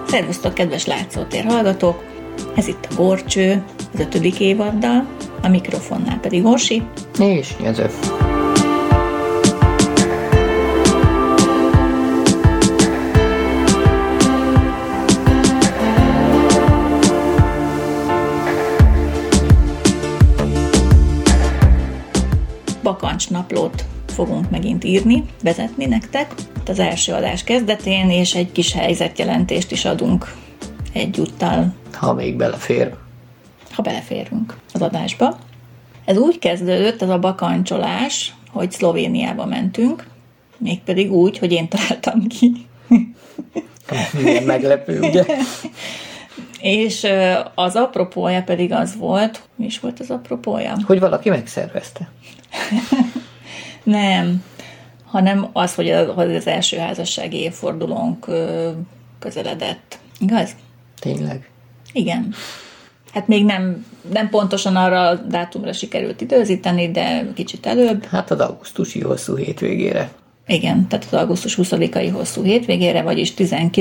Szervusztok, kedves látszótér hallgatók! Ez itt a Górcső, az 5. évaddal, a mikrofonnál pedig Orsi. És József. Bakancsnaplót fogunk megint írni, vezetni nektek az első adás kezdetén, és egy kis helyzetjelentést is adunk egyúttal. Ha még belefér. Ha beleférünk az adásba. Ez úgy kezdődött, ez a bakancsolás, hogy Szlovéniába mentünk, mégpedig úgy, hogy én találtam ki. Milyen meglepő, ugye? És az apropója pedig az volt, mi is volt az apropója? Hogy valaki megszervezte. Nem, hanem az, hogy az első házassági évfordulónk közeledett. Igaz? Tényleg? Igen. Hát még nem pontosan arra a dátumra sikerült időzíteni, de kicsit előbb. Hát az augusztusi hosszú hétvégére. Igen, tehát az augusztus 20-ai hosszú hétvégére, vagyis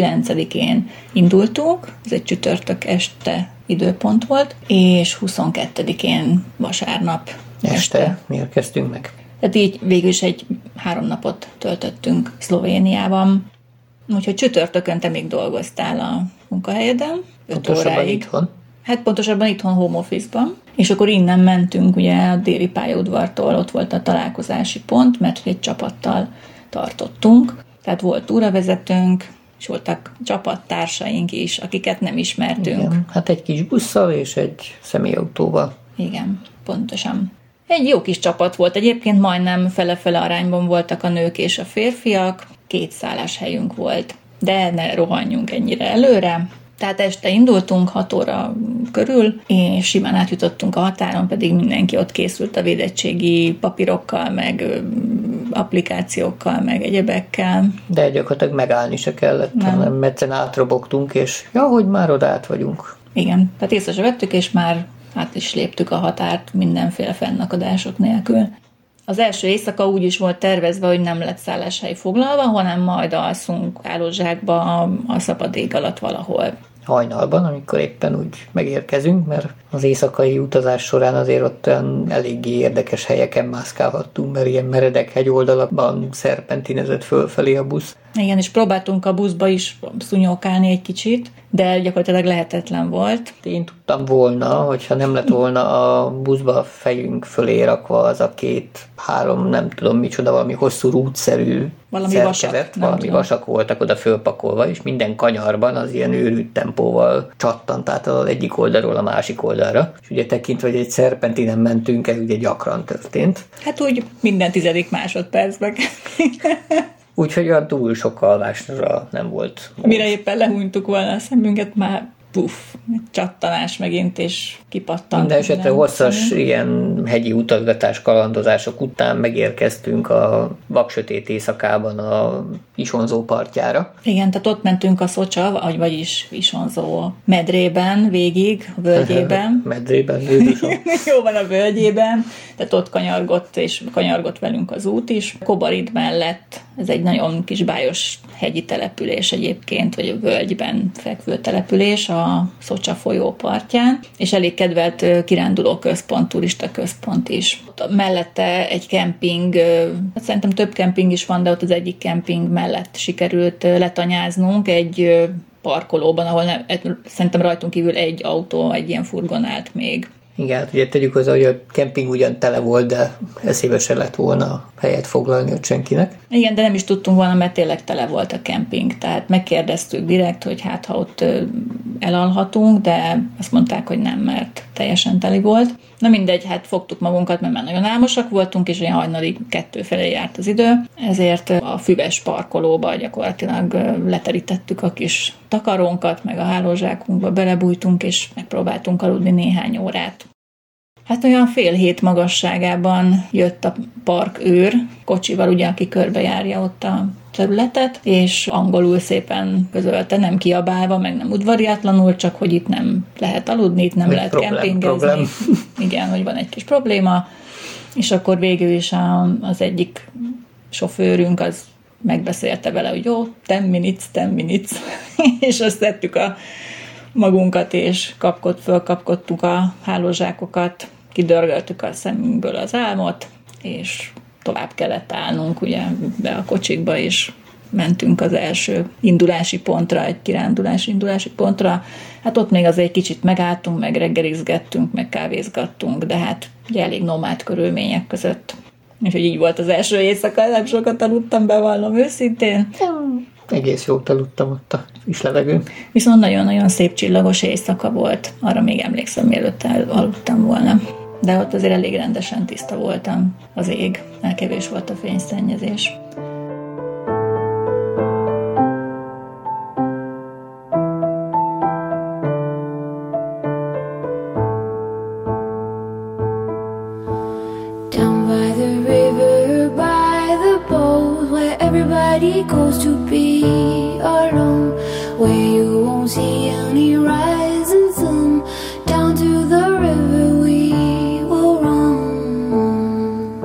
19-én indultunk, ez egy csütörtök este időpont volt, és 22-én vasárnap este érkeztünk meg. Tehát így végül is 3 napot töltöttünk Szlovéniában. Úgyhogy csütörtökön te még dolgoztál a munkahelyeden. 5 óráig. Itthon? Hát pontosabban itthon home office-ban. És akkor innen mentünk ugye a déli pályaudvartól, ott volt a találkozási pont, mert egy csapattal tartottunk. Tehát volt túravezetőnk, és voltak csapattársaink is, akiket nem ismertünk. Igen, hát egy kis busszal és egy személyautóval. Igen, pontosan. Egy jó kis csapat volt. Egyébként majdnem fele-fele arányban voltak a nők és a férfiak. 2 szálláshelyünk volt, de ne rohanjunk ennyire előre. Tehát este indultunk 6 óra körül, és simán átjutottunk a határon, pedig mindenki ott készült a védettségi papírokkal, meg applikációkkal, meg egyebekkel. De gyakorlatilag megállni se kellett, hanem egyszerűen átrobogtunk, és hogy már oda át vagyunk. Igen, tehát észre se vettük, és már át is léptük a határt mindenféle fennakadások nélkül. Az első éjszaka úgy is volt tervezve, hogy nem lett szálláshely foglalva, hanem majd alszunk állózsákba a szabad ég alatt valahol. Hajnalban, amikor éppen úgy megérkezünk, mert az éjszakai utazás során azért ott olyan eléggé érdekes helyeken mászkálhattunk, mert ilyen meredek hegyoldalakban szerpentinezett fölfelé a busz. Igen, és próbáltunk a buszba is szúnyókálni egy kicsit, de gyakorlatilag lehetetlen volt. Én tudtam volna, hogyha nem lett volna a buszba fejünk fölé rakva az a 2-3, nem tudom micsoda, valami hosszú rúdszerű szerkezet, valami vasak voltak oda fölpakolva, és minden kanyarban az ilyen őrült tempóval csattant át az egyik oldalról a másik oldalra. És ugye tekintve, hogy egy szerpentinen mentünk, ez ugye gyakran történt. Hát úgy minden 10. másodpercben. Úgyhogy olyan túl sok alvásra nem volt. Mire éppen lehúnytuk volna a szemünket, már puff, egy csattanás megint, és kipattant. Minden esetre hosszas ilyen hegyi utazgatás, kalandozások után megérkeztünk a vaksötét éjszakában a Isonzó partjára. Igen, tehát ott mentünk a Szocsa, vagyis Isonzó medrében végig, a völgyében. Medrében, Jézusom. Jó van, a völgyében, tehát ott kanyargott velünk az út is. Kobarid mellett, ez egy nagyon kis bájos hegyi település egyébként, vagy a völgyben fekvő település a Szocsa folyó partján, és elég kedvelt kiránduló központ, turista központ is. Mellette egy kemping, hát szerintem több kemping is van, de ott az egyik kemping mellett sikerült letanyáznunk egy parkolóban, ahol szerintem rajtunk kívül egy autó, egy ilyen furgon állt még. Igen, hát ugye tegyük hozzá, hogy a kemping ugyan tele volt, de eszébe se lett volna helyet foglalni ott senkinek. Igen, de nem is tudtunk volna, mert tényleg tele volt a kemping, tehát megkérdeztük direkt, hogy hát ha ott elalhatunk, de azt mondták, hogy nem, mert teljesen teli volt. Na mindegy, hát fogtuk magunkat, mert már nagyon álmosak voltunk, és olyan hajnali 2 felé járt az idő, ezért a füves parkolóba gyakorlatilag leterítettük a kis takarónkat, meg a hálózsákunkba belebújtunk, és megpróbáltunk aludni néhány órát. Hát olyan 6:30 magasságában jött a parkőr, kocsival ugye, aki körbejárja ott a területet, és angolul szépen közölte, nem kiabálva, meg nem udvariatlanul, csak hogy itt nem lehet aludni, itt nem lehet kempingezni. Igen, hogy van egy kis probléma, és akkor végül is az egyik sofőrünk az megbeszélte vele, hogy jó, 10 minutes, és azt tettük a magunkat, és fölkapkodtuk a hálózsákokat, kidörgöltük a szemünkből az álmot, és tovább kellett állnunk ugye be a kocsikba, és mentünk az első indulási pontra, egy kirándulási indulási pontra. Hát ott még azért egy kicsit megálltunk, meg reggelizgettünk, meg kávézgattunk, de hát ugye elég nomád körülmények között. Úgyhogy így volt az első éjszaka, nem sokat aludtam, bevallom őszintén. Egész jól aludtam ott a kis levegőn. Viszont nagyon-nagyon szép csillagos éjszaka volt. Arra még emlékszem, mielőtt aludtam volna. De ott azért elég rendesen tiszta voltam az ég. Kevés volt a fényszennyezés. Everybody goes to be alone, where you won't see any rising sun. Down to the river we will run.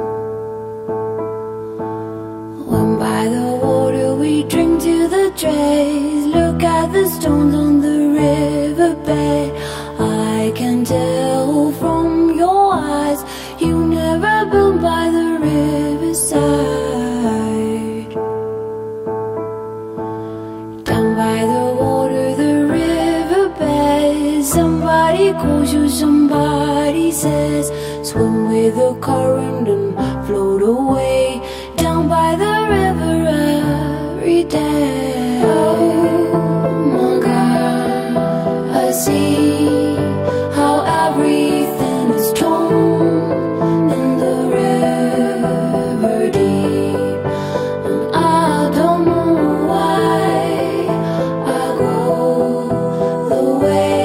When by the water we drink to the dregs. Look at the stones on the riverbed. I can tell from your eyes you never been by the riverside. Somebody calls you, somebody says, swim with the current and float away down by the river every day. Oh my God, I see how everything is torn in the river deep, and I don't know why I go the way.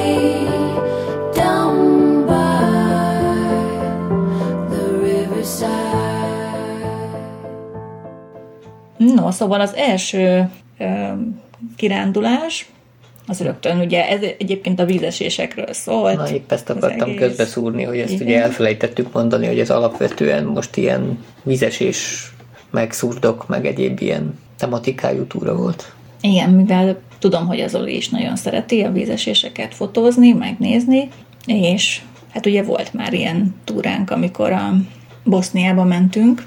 No, szóval az első kirándulás, az rögtön ugye ez egyébként a vízesésekről szólt. Na, épp ezt akartam közbeszúrni, hogy ezt ugye elfelejtettük mondani, hogy ez alapvetően most ilyen vízesés, meg szurdok, meg egyéb ilyen tematikájú túra volt. Igen, mivel tudom, hogy az Oli is nagyon szereti a vízeséseket fotózni, megnézni, és hát ugye volt már ilyen túránk, amikor a Boszniába mentünk.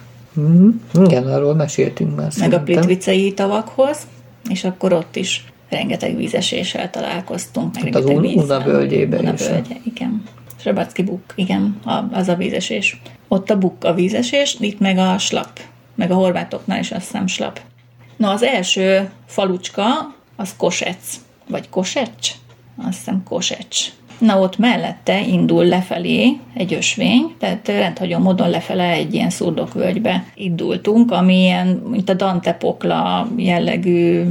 Igen, arról meséltünk már. Meg a Plitvicei tavakhoz, és akkor ott is rengeteg vízeséssel találkoztunk. Meg az Una völgyében is. Igen. Srebacki Buk, igen, az a vízesés. Ott a Buk a vízesés, itt meg a slap. Meg a horvátoknál is azt hiszem slap. Na, az első falucska, az Kosec. Vagy Kosecs? Azt hiszem Kosecs. Na, ott mellette indul lefelé egy ösvény, tehát rendhagyó módon lefele egy ilyen szurdokvölgybe indultunk, ami ilyen, mint a Dante-pokla jellegű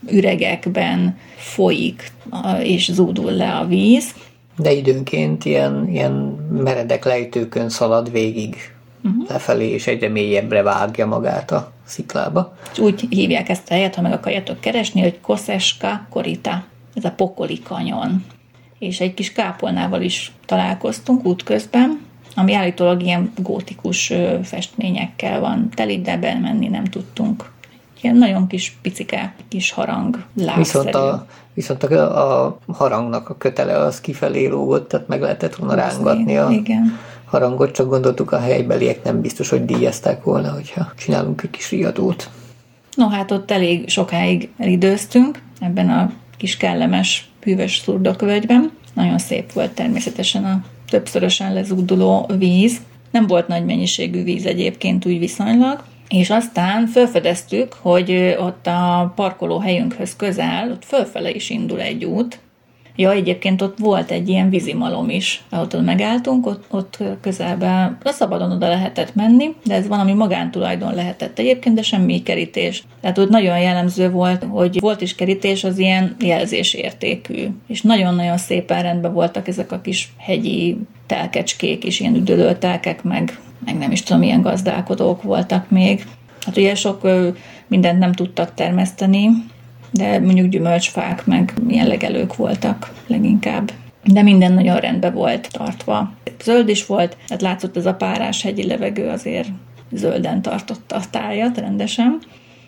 üregekben folyik, és zúdul le a víz. De időnként ilyen meredek lejtőkön szalad végig lefelé, és egyre mélyebbre vágja magát a sziklába. És úgy hívják ezt a helyet, ha meg akarjátok keresni, hogy Koseska Korita, ez a pokoli kanyon. És egy kis kápolnával is találkoztunk útközben, ami állítólag ilyen gótikus festményekkel van teli, de bemenni nem tudtunk. Ilyen nagyon kis picike, kis harang lábszerű. Viszont a harangnak a kötele az kifelé lógott, tehát meg lehetett volna rángatni a harangot, csak gondoltuk a helybeliek nem biztos, hogy díjazták volna, hogyha csinálunk egy kis riadót. No, hát ott elég sokáig elidőztünk ebben a kis kellemes hűvös szurdokvölgyben. Nagyon szép volt természetesen a többszörösen lezúduló víz. Nem volt nagy mennyiségű víz egyébként úgy viszonylag, és aztán felfedeztük, hogy ott a parkolóhelyünkhöz közel, ott fölfele is indul egy út. Ja, egyébként ott volt egy ilyen vízimalom is, ahol megálltunk, ott közelben szabadon oda lehetett menni, de ez valami magántulajdon lehetett egyébként, de semmi kerítés. Tehát ott nagyon jellemző volt, hogy volt is kerítés, az ilyen jelzésértékű. És nagyon-nagyon szépen rendben voltak ezek a kis hegyi telkecskék is, ilyen üdülő telkek, meg nem is tudom, milyen gazdálkodók voltak még. Hát ugye sok mindent nem tudtak termeszteni, de mondjuk gyümölcsfák, meg ilyen legelők voltak leginkább. De minden nagyon rendben volt tartva. Zöld is volt, tehát látszott ez a párás hegyi levegő azért zölden tartotta a tájat rendesen.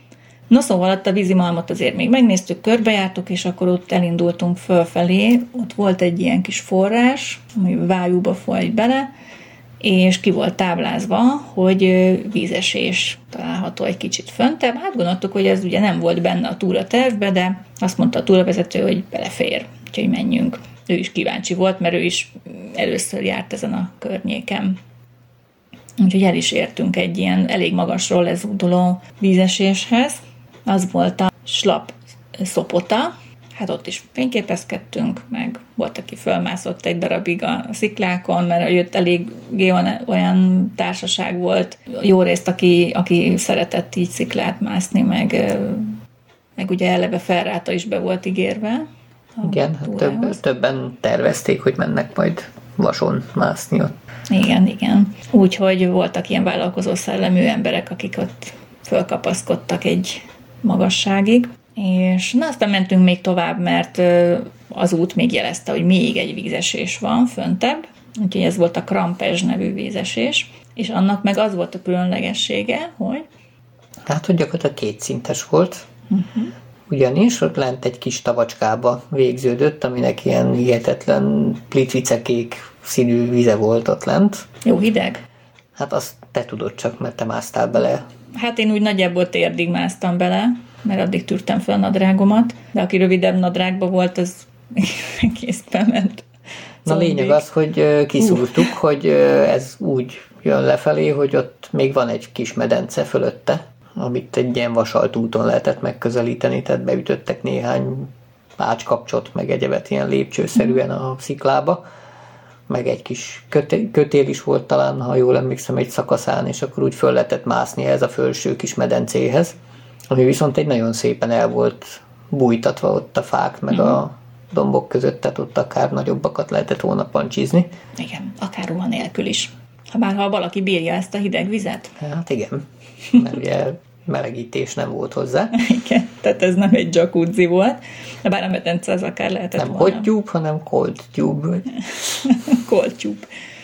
No szóval ott a vízimalmot azért még megnéztük, körbejártuk, és akkor ott elindultunk fölfelé. Ott volt egy ilyen kis forrás, ami vájúba folyt bele, és ki volt táblázva, hogy vízesés található egy kicsit föntebb. Hát gondoltuk, hogy ez ugye nem volt benne a túratervbe, de azt mondta a túravezető, hogy belefér, úgyhogy menjünk. Ő is kíváncsi volt, mert ő is először járt ezen a környéken. Úgyhogy el is értünk egy ilyen elég magasról lezúduló vízeséshez. Az volt a Slap Szopota. Hát ott is fényképezkedtünk, meg volt, aki fölmászott egy darabig a sziklákon, mert jött elég olyan társaság volt, jó részt, aki szeretett így sziklát mászni, meg ugye eleve felráta is be volt ígérve. Igen, hát többen tervezték, hogy mennek majd vason mászni ott. Igen. Úgyhogy voltak ilyen vállalkozó szellemű emberek, akik ott fölkapaszkodtak egy magasságig. És aztán mentünk még tovább, mert az út még jelezte, hogy még egy vízesés van föntebb, úgyhogy ez volt a Krampezs nevű vízesés, és annak meg az volt a különlegessége, hogy... Hát, hogy gyakorlatilag kétszintes volt, ugyanis ott lent egy kis tavacskába végződött, aminek ilyen hihetetlen plitvicekék színű vize volt ott lent. Jó hideg? Hát azt te tudod csak, mert te másztál bele. Hát én úgy nagyjából térdig másztam bele, mert addig tűrtem fel a nadrágomat, de aki rövidebb nadrágba volt, az készbe ment. Na lényeg az, hogy kiszúrtuk, hogy ez úgy jön lefelé, hogy ott még van egy kis medence fölötte, amit egy ilyen vasalt úton lehetett megközelíteni, tehát beütöttek néhány ácskapcsot, meg egyebet ilyen lépcsőszerűen a sziklába, meg egy kis kötél is volt talán, ha jól emlékszem, egy szakaszán, és akkor úgy föl lehetett mászni ez a felső kis medencéhez, ami viszont egy nagyon szépen el volt bújtatva ott a fák, meg a dombok között, tehát ott akár nagyobbakat lehetett volna pancsizni. Igen, akár ruha nélkül is. Ha valaki bírja ezt a hideg vizet. Hát igen, mert ugye melegítés nem volt hozzá. Igen, tehát ez nem egy jacuzzi volt, de bár a medence az akár lehetett nem volna. hot tube, hanem cold tube. Cold tube.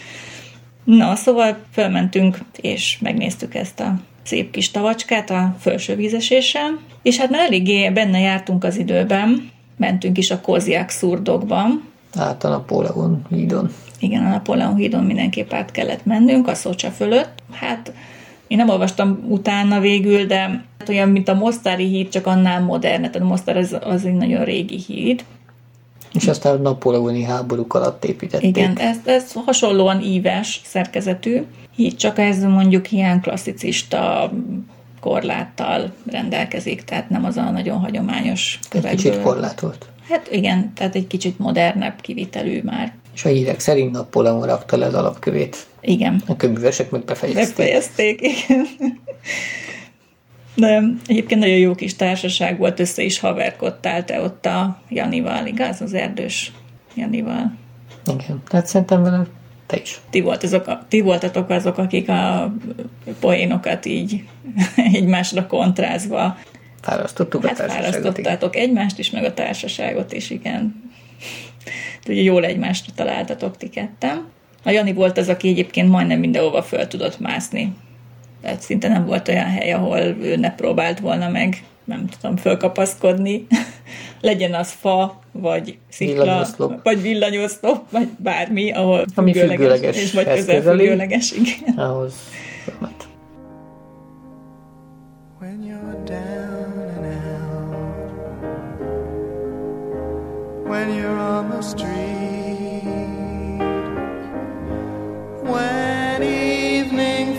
Na, szóval fölmentünk, és megnéztük ezt a szép kis tavacskát a felső vízesésen, és hát már eléggé benne jártunk az időben, mentünk is a Koziak szurdokban. Hát a Napóleon hídon. Igen, a Napóleon hídon mindenképp át kellett mennünk, a Szocsa fölött. Hát én nem olvastam utána végül, de olyan, mint a Mostári híd, csak annál modern, tehát a Mostár az egy nagyon régi híd. És aztán a napóleoni háborúk alatt építették. Igen, ez hasonlóan íves szerkezetű híd, csak ez mondjuk ilyen klasszicista korláttal rendelkezik, tehát nem az a nagyon hagyományos kövekből. Egy kicsit korlátolt. Hát igen, tehát egy kicsit modernebb kivitelű már. És a hírek szerint Napóleon rakta le az alapkövét. Igen. A kőművesek meg befejezték, igen. De egyébként nagyon jó kis társaság volt, össze is haverkodtál te ott a Janival, igaz? Az erdős Janival. Igen, tehát szerintem vele te is. Ti voltatok azok, akik a poénokat így egymásra kontrázva fárasztottuk a társaságot. Fárasztottátok egymást is, meg a társaságot is, igen. Ugye jól egymásra találtatok ti ketten. A Jani volt az, aki egyébként majdnem mindenhova föl tudott mászni. Tehát szinte nem volt olyan hely, ahol ő ne próbált volna meg, nem tudom, fölkapaszkodni. Legyen az fa, vagy szikla, vagy villanyoszlop, vagy bármi, ahol függőleges és vagy közelfüggőleges, igen. Ahhoz filmet. When you're down and out, when you're on the street, when evening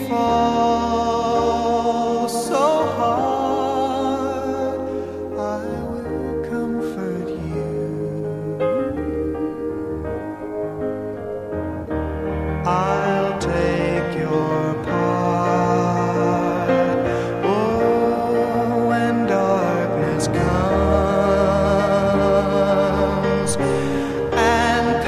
falls so hard, I will comfort you. I'll take your part. Oh, when darkness comes and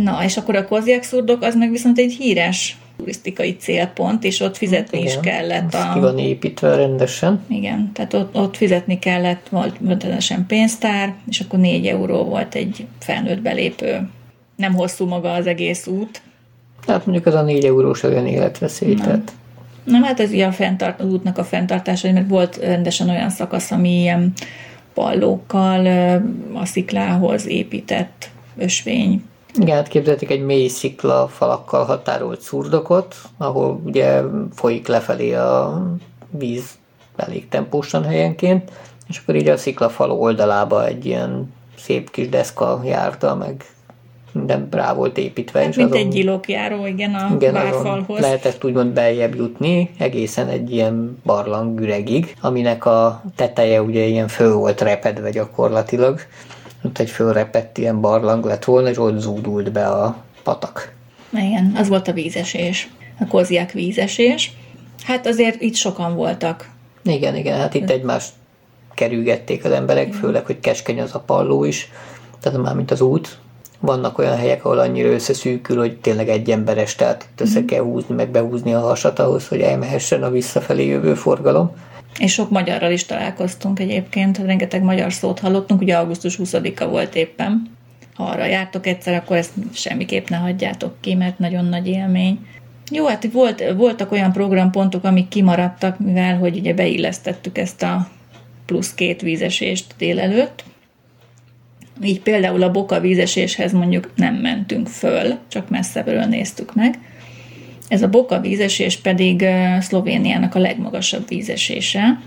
Na, és akkor a Kozjak-szurdok az meg viszont egy híres turisztikai célpont, és ott fizetni is kellett. Ki van építve rendesen. Igen, tehát ott fizetni kellett, volt rendesen pénztár, és akkor 4 euró volt egy felnőtt belépő. Nem hosszú maga az egész út. Hát mondjuk az a 4 eurós olyan életveszély. Nem, hát ez ugye az útnak a fenntartása, mert volt rendesen olyan szakasz, ami ilyen pallókkal a sziklához épített ösvény. Igen, hát képzelték egy mély szikla falakkal határolt szurdokot, ahol ugye folyik lefelé a víz elég tempósan helyenként, és akkor így a sziklafal oldalába egy ilyen szép kis deszka járta, meg minden rá volt építve. Hát, mint egy gyilokjáró, igen, a várfalhoz. Lehetett úgymond beljebb jutni, egészen egy ilyen barlanggüregig, aminek a teteje ugye ilyen föl volt repedve gyakorlatilag. Ott egy fölrepett ilyen barlang lett volna, és ott zúdult be a patak. Igen, az volt a vízesés, a Kozjak vízesés. Hát azért itt sokan voltak. Igen, hát itt egymást kerülgették az emberek, főleg, hogy keskeny az a palló is, tehát már mint az út. Vannak olyan helyek, ahol annyira összeszűkül, hogy tényleg egy emberes, tehát össze kell húzni, meg behúzni a hasat ahhoz, hogy elmehessen a visszafelé jövő forgalom. És sok magyarral is találkoztunk egyébként, rengeteg magyar szót hallottunk, ugye augusztus 20-a volt éppen. Ha arra jártok egyszer, akkor ezt semmiképp ne hagyjátok ki, mert nagyon nagy élmény. Jó, hát voltak olyan programpontok, amik kimaradtak, mivel hogy ugye beillesztettük ezt a plusz 2 vízesést délelőtt. Így például a Boka vízeséshez mondjuk nem mentünk föl, csak messzebbről néztük meg. Ez a Boka vízesés pedig Szlovéniának a legmagasabb vízesése.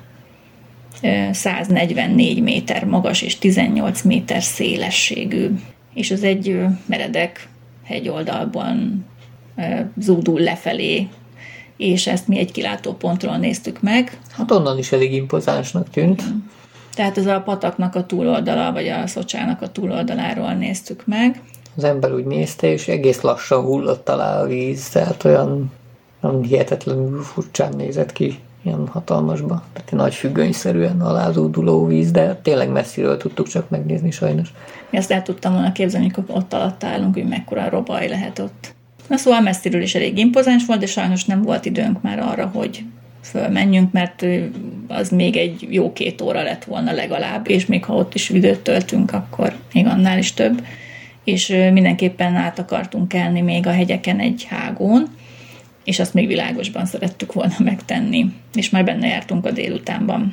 144 méter magas és 18 méter szélességű. És ez egy meredek hegyoldalban zúdul lefelé, és ezt mi egy kilátópontról néztük meg. Hát onnan is elég impozánsnak tűnt. Tehát ez a pataknak a túloldala, vagy a Szocsának a túloldaláról néztük meg. Az ember úgy nézte, és egész lassan hullott alá a víz, tehát olyan hihetetlenül furcsán nézett ki, ilyen hatalmasba. Tehát nagy függönyszerűen alázóduló víz, de tényleg messziről tudtuk csak megnézni sajnos. Mi azt el tudtam volna képzelni, hogy ott alatt állunk, hogy mekkora robaj lehet ott. Na szóval messziről is elég impozáns volt, de sajnos nem volt időnk már arra, hogy fölmenjünk, mert az még egy jó 2 óra lett volna legalább, és még ha ott is időt töltünk, akkor még annál is több. És mindenképpen át akartunk kelni még a hegyeken egy hágón, és azt még világosban szerettük volna megtenni, és már benne jártunk a délutánban.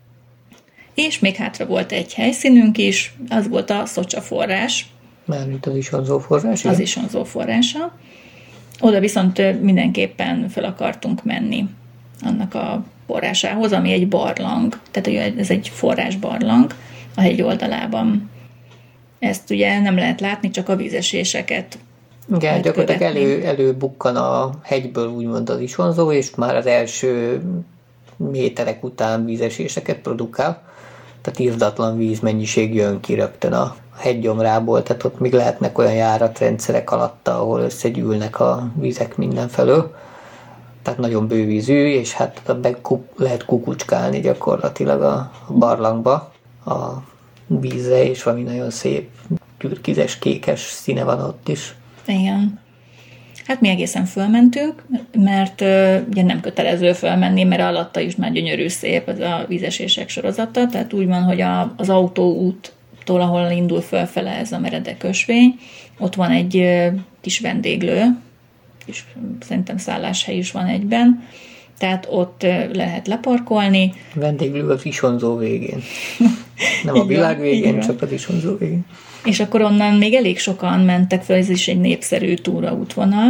És még hátra volt egy helyszínünk is, az volt a Szocsa forrás. Mármint az Isonzó forrás, igen? Az Isonzó forrása. Oda viszont mindenképpen fel akartunk menni annak a forrásához, ami egy barlang, tehát ez egy forrásbarlang a hegy oldalában. Ezt ugye nem lehet látni, csak a vízeséseket. Igen, gyakorlatilag előbukkan a hegyből úgymond az Isonzó, és már az első méterek után vízeséseket produkál. Tehát irdatlan vízmennyiség jön ki rögtön a hegygyomrából, tehát ott még lehetnek olyan járatrendszerek alatta, ahol összegyűlnek a vízek mindenfelől. Tehát nagyon bővízű, és hát lehet kukucskálni gyakorlatilag a barlangba a vízre, és valami nagyon szép türkizes, kékes színe van ott is. Igen. Hát mi egészen fölmentünk, mert ugye nem kötelező fölmenni, mert alatta is már gyönyörű szép ez a vízesések sorozata, tehát úgy van, hogy az autóúttól, ahol indul fölfele ez a meredek ösvény, ott van egy kis vendéglő, és szerintem szálláshely is van egyben, tehát ott lehet leparkolni. A vendéglő az Isonzó végén. Nem a világ végén, csak az Isonzó végén. És akkor onnan még elég sokan mentek fel, ez is egy népszerű túraútvonal,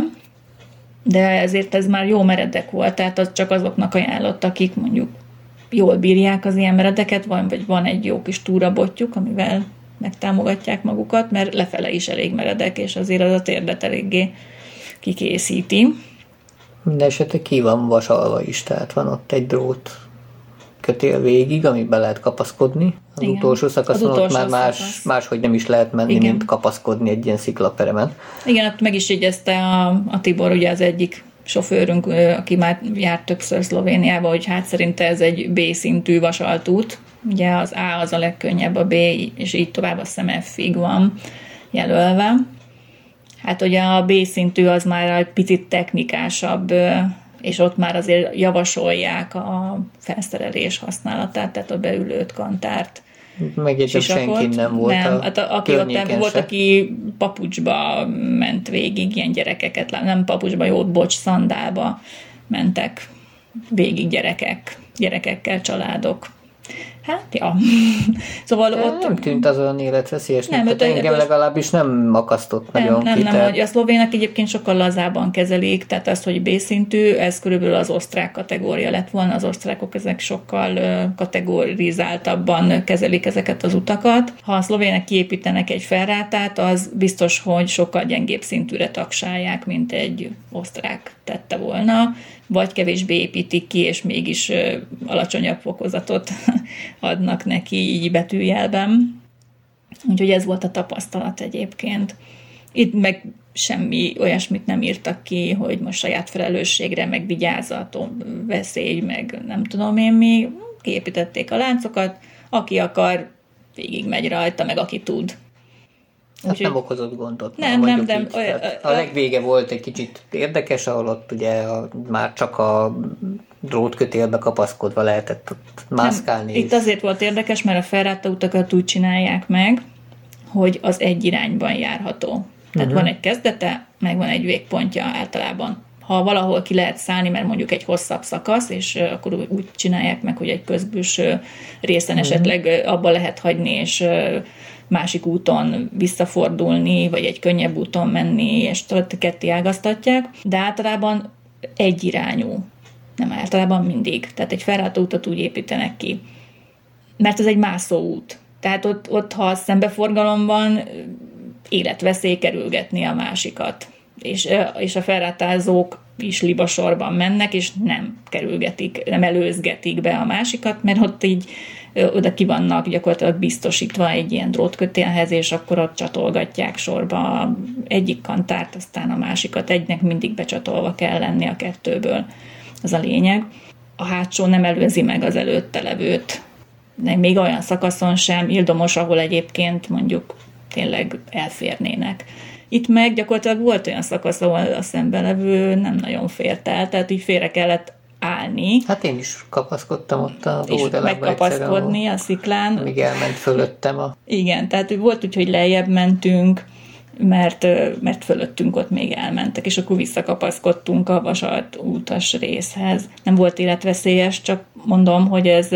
de ezért ez már jó meredek volt, tehát az csak azoknak ajánlott, akik mondjuk jól bírják az ilyen meredeket, vagy van egy jó kis túrabotjuk, amivel megtámogatják magukat, mert lefele is elég meredek, és azért az a térdet eléggé kikészíti. Minden esetre ki van vasalva is, tehát van ott egy drót kötél végig, amiben lehet kapaszkodni. Az igen. Utolsó szakaszon ott már máshogy nem is lehet menni, igen, mint kapaszkodni egy ilyen sziklaperemen. Igen, ott meg is jegyezte a Tibor, ugye az egyik sofőrünk, aki már járt többször Szlovéniába, hogy hát szerinte ez egy B-szintű vasaltút. Ugye az A az a legkönnyebb, a B, és így tovább, azt hiszem F-ig van jelölve. Hát ugye a B-szintű az már egy picit technikásabb, és ott már azért javasolják a felszerelés használatát, tehát a beülőt, kantárt, megjegyzem, senki nem volt nem, hát aki ott volt, aki papucsba ment végig, ilyen gyerekeket, nem papucsba, jó, bocs, szandálba mentek végig gyerekekkel, családok. Hát, ja. Szóval ott... Nem tűnt az olyan életveszélyesnek, engem legalábbis nem akasztott nagyon ki. Nem, a szlovének egyébként sokkal lazában kezelik, tehát az, hogy B-szintű, ez körülbelül az osztrák kategória lett volna, az osztrákok ezek sokkal kategorizáltabban kezelik ezeket az utakat. Ha a szlovének kiépítenek egy ferrátát, az biztos, hogy sokkal gyengébb szintűre tagsálják, mint egy osztrák tette volna, vagy kevésbé építik ki, és mégis alacsonyabb fokozatot adnak neki így betűjelben. Úgyhogy ez volt a tapasztalat egyébként. Itt meg semmi olyasmit nem írtak ki, hogy most saját felelősségre, meg vigyázat, veszély, meg nem tudom én mi. Kiépítették a láncokat, aki akar, végig megy rajta, meg aki tud. Hát nem okozott gondot. Nem. A legvége volt egy kicsit érdekes, ahol ott ugye már csak a drótkötélbe kapaszkodva lehetett ott mászkálni. Itt azért volt érdekes, mert a ferrata utakat úgy csinálják meg, hogy az egy irányban járható. Tehát van egy kezdete, meg van egy végpontja általában. Ha valahol ki lehet szállni, mert mondjuk egy hosszabb szakasz, és akkor úgy csinálják meg, hogy egy közbülső részen esetleg abba lehet hagyni, és másik úton visszafordulni, vagy egy könnyebb úton menni, és ketté ágaztatják, de általában egyirányú. Nem általában mindig. Tehát egy ferrata utat úgy építenek ki. Mert ez egy mászó út. Tehát ott ha szembeforgalomban életveszély kerülgetni a másikat. És a ferratázók is libasorban mennek, és nem kerülgetik, nem előzgetik be a másikat, mert ott így oda ki vannak gyakorlatilag biztosítva egy ilyen drótkötélhez, és akkor ott csatolgatják sorba egyik kantárt, aztán a másikat, egynek mindig becsatolva kell lenni a kettőből. Az a lényeg. A hátsó nem előzi meg az előtte levőt. Még olyan szakaszon sem, ildomos, ahol egyébként mondjuk tényleg elférnének. Itt meg gyakorlatilag volt olyan szakasz, ahol a szembenlevő nem nagyon fért el, tehát így félre kellett állni. Hát én is kapaszkodtam ott az oldalában. És megkapaszkodni a sziklán. Míg elment fölöttem Igen, tehát volt úgy, hogy lejjebb mentünk, mert fölöttünk ott még elmentek, és akkor visszakapaszkodtunk a vasalt útas részhez. Nem volt életveszélyes, csak mondom, hogy ez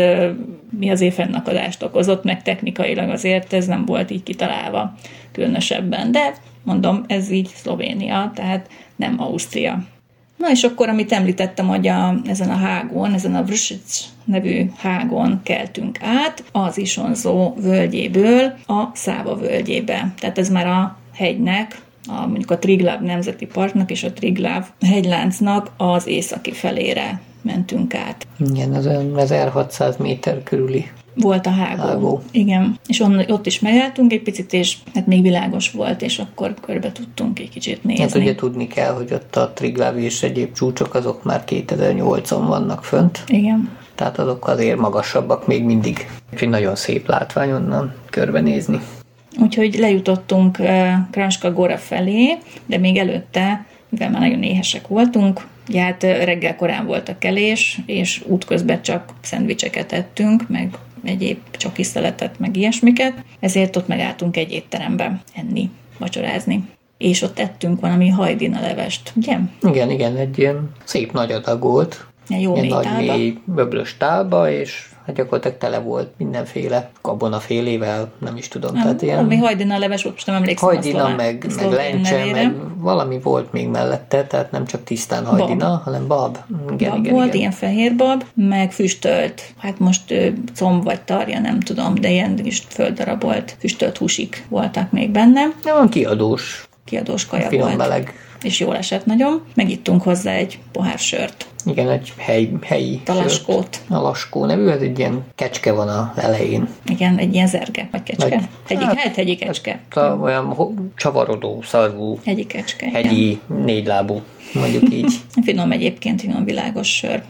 mi azért fennakadást okozott, meg technikailag azért ez nem volt így kitalálva különösebben. De mondom, ez így Szlovénia, tehát nem Ausztria. Na és akkor, amit említettem, hogy ezen a hágon, ezen a Vršič nevű hágon keltünk át az Isonzó völgyéből a Száva völgyébe. Tehát ez már a hegynek, mondjuk a Triglav Nemzeti Parknak és a Triglav hegyláncnak az északi felére mentünk át. Igen, az olyan 1600 méter körüli volt a hágó. Igen. És ott is megálltunk egy picit, és hát még világos volt, és akkor körbe tudtunk egy kicsit nézni. Hát ugye tudni kell, hogy ott a Triglav és egyéb csúcsok azok már 2008-on vannak fönt. Igen. Tehát azok azért magasabbak még mindig. Úgyhogy nagyon szép látvány onnan körbenézni. Úgyhogy lejutottunk Kranjska Gora felé, de még előtte, mivel már nagyon éhesek voltunk, ugye hát reggel korán volt a kelés, és útközben csak szendvicseket ettünk, meg egyéb csokiszeletet, meg ilyesmiket, ezért ott megálltunk egy étterembe enni, vacsorázni. És ott ettünk valami hajdina levest, ugye? Igen, egy ilyen szép nagy adag volt. Jó mély nagy tálba. Mély böblös tálba, és hát gyakorlatilag tele volt mindenféle gabonafélével, nem is tudom. Nem, tehát ilyen valami hajdina leves, most nem emlékszem hajdina, meg lencse, meg valami volt még mellette, tehát nem csak tisztán hajdina, hanem bab. Igen, volt, ilyen fehér bab, meg füstölt, hát most comb vagy tarja, nem tudom, de ilyen is földdarabolt füstölt húsik voltak még benne. Nem, kiadós kaja finom volt. Meleg. És jól esett nagyon. Megittunk hozzá egy pohár sört. Igen, egy helyi Laskót. A Laskó nevű, ez egy ilyen kecske van az elején. Igen, egy ilyen zerge, vagy kecske. Hegyi kecske. Olyan csavarodó, szarvú. Hegyi kecske. Hegyi, négylábú, mondjuk így. Finom egyébként, finom világos sör.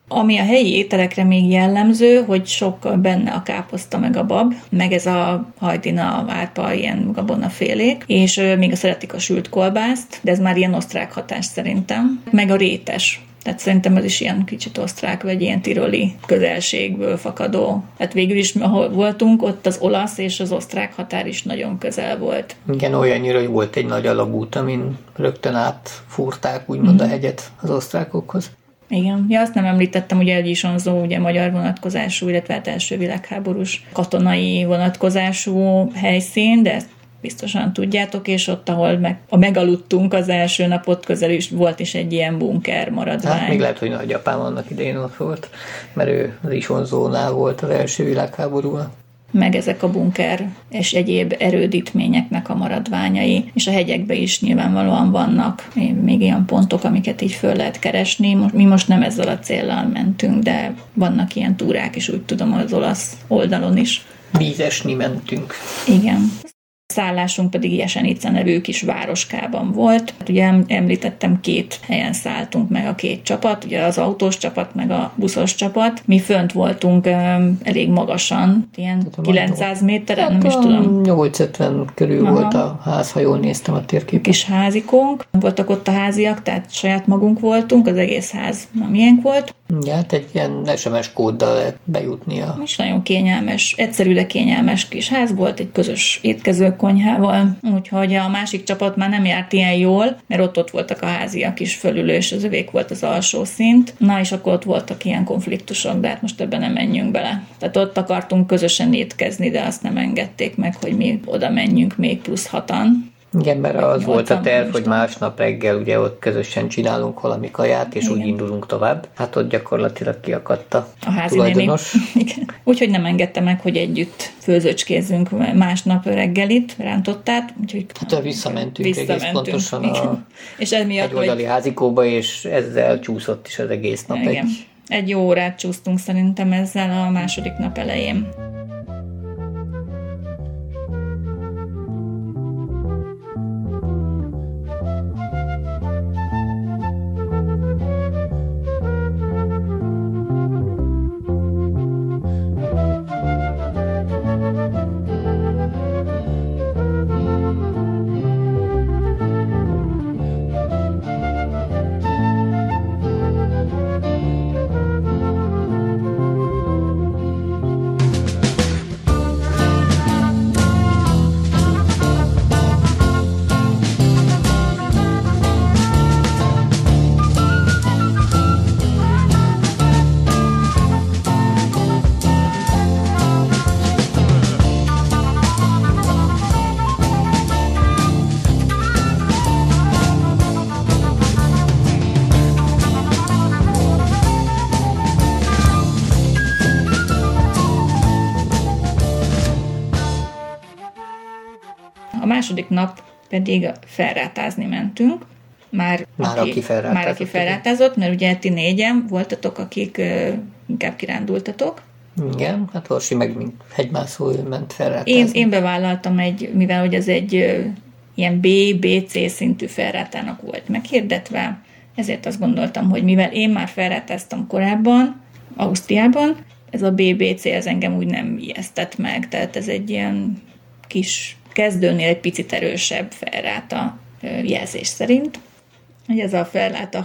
Ami a helyi ételekre még jellemző, hogy sokkal benne a káposzta meg a bab, meg ez a hajdina, árpa, ilyen gabonafélék, és még szeretik a sült kolbászt, de ez már ilyen osztrák hatás szerintem, meg a rétes. Tehát szerintem ez is ilyen kicsit osztrák, vagy ilyen tiroli közelségből fakadó. Tehát végül is, ahol voltunk, ott az olasz és az osztrák határ is nagyon közel volt. Igen, olyannyira, hogy volt egy nagy alagút, amin rögtön átfúrták úgymond a hegyet az osztrákokhoz. Igen, ja, azt nem említettem, ugye egy Isonzó, ugye magyar vonatkozású, illetve hát első világháborús katonai vonatkozású helyszín, de ezt biztosan tudjátok, és ott, ahol megaludtunk az első napot, közel is volt is egy ilyen bunker maradvány. Hát még lehet, hogy nagyapám annak idején ott volt, mert ő az Isonzónál volt az első világháborúban. Meg ezek a bunker és egyéb erődítményeknek a maradványai, és a hegyekben is nyilvánvalóan vannak még ilyen pontok, amiket így föl lehet keresni. Mi most nem ezzel a céllal mentünk, de vannak ilyen túrák is, úgy tudom, az olasz oldalon is. Vízesni mentünk. Igen. Szállásunk pedig Jesenice nevű kis városkában volt. Ugye említettem, 2 helyen szálltunk meg a 2 csapat, ugye az autós csapat, meg a buszos csapat. Mi fönt voltunk elég magasan, ilyen 900 méteren, nem is tudom. 850 körül volt a ház, ha jól néztem a térképet. Kis házikónk, voltak ott a háziak, tehát saját magunk voltunk, az egész ház miénk volt. Ja, hát egy ilyen SMS kóddal lehet bejutnia. És nagyon kényelmes, egyszerű, de kényelmes kis ház volt, egy közös étkezőkonyhával. Úgyhogy a másik csapat már nem járt ilyen jól, mert ott voltak a háziak is fölülő, és az övék volt az alsó szint. Na, és akkor ott voltak ilyen konfliktusok, de hát most ebben nem menjünk bele. Tehát ott akartunk közösen étkezni, de azt nem engedték meg, hogy mi oda menjünk még plusz 6-an. Igen, mert az volt a terv, hogy másnap reggel ugye ott közösen csinálunk valami kaját, és úgy indulunk tovább. Hát ott gyakorlatilag kiakadt a tulajdonos. Úgyhogy nem engedte meg, hogy együtt főzőcskézzünk másnap reggelit, rántottát. Úgyhogy hát visszamentünk egész pontosan és emiatt, egy oldali házikóba, és ezzel csúszott is az egész nap. Igen. Egy jó órát csúsztunk szerintem ezzel a második nap elején. A második nap pedig felrátázni mentünk. Már aki felrátázott, mert ugye ti 4-en voltatok, akik inkább kirándultatok. Igen, hát Orsi meg mint hegymászó, ő ment felrátázni. Én bevállaltam mivel hogy ez egy ilyen B-C szintű felrátának volt meghirdetve, ezért azt gondoltam, hogy mivel én már felrátáztam korábban, Ausztriában, ez a B-C ez engem úgy nem ijesztett meg, tehát ez egy ilyen kis kezdőnél egy picit erősebb felráta jelzés szerint. Ez a felráta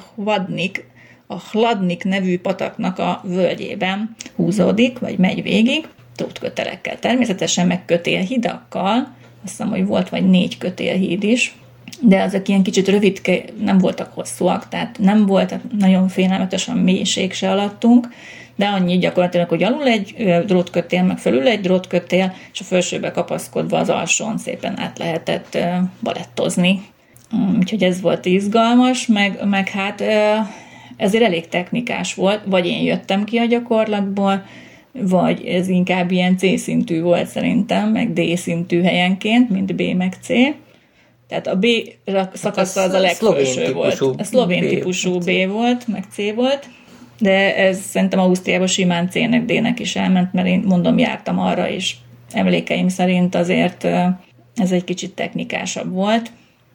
a Hladnik nevű pataknak a völgyében húzódik, vagy megy végig, drótkötelekkel természetesen, meg kötélhidakkal, azt hiszem, hogy volt vagy 4 kötélhíd is, de azok ilyen kicsit rövidke, nem voltak hosszúak, tehát nem volt nagyon félelmetes a mélység se alattunk, de annyi gyakorlatilag, hogy alul egy drótkötél, meg fölül egy drótkötél, és a felsőbe kapaszkodva az alsón szépen át lehetett balettozni. Úgyhogy ez volt izgalmas, meg hát ezért elég technikás volt, vagy én jöttem ki a gyakorlatból, vagy ez inkább ilyen C-szintű volt szerintem, meg D-szintű helyenként, mint B meg C. Tehát a B szakasza az a legfelső volt. A szlovén típusú B volt, meg C volt, de ez szerintem Ausztriában simán C-nek, D-nek is elment, mert én mondom, jártam arra, és emlékeim szerint azért ez egy kicsit technikásabb volt.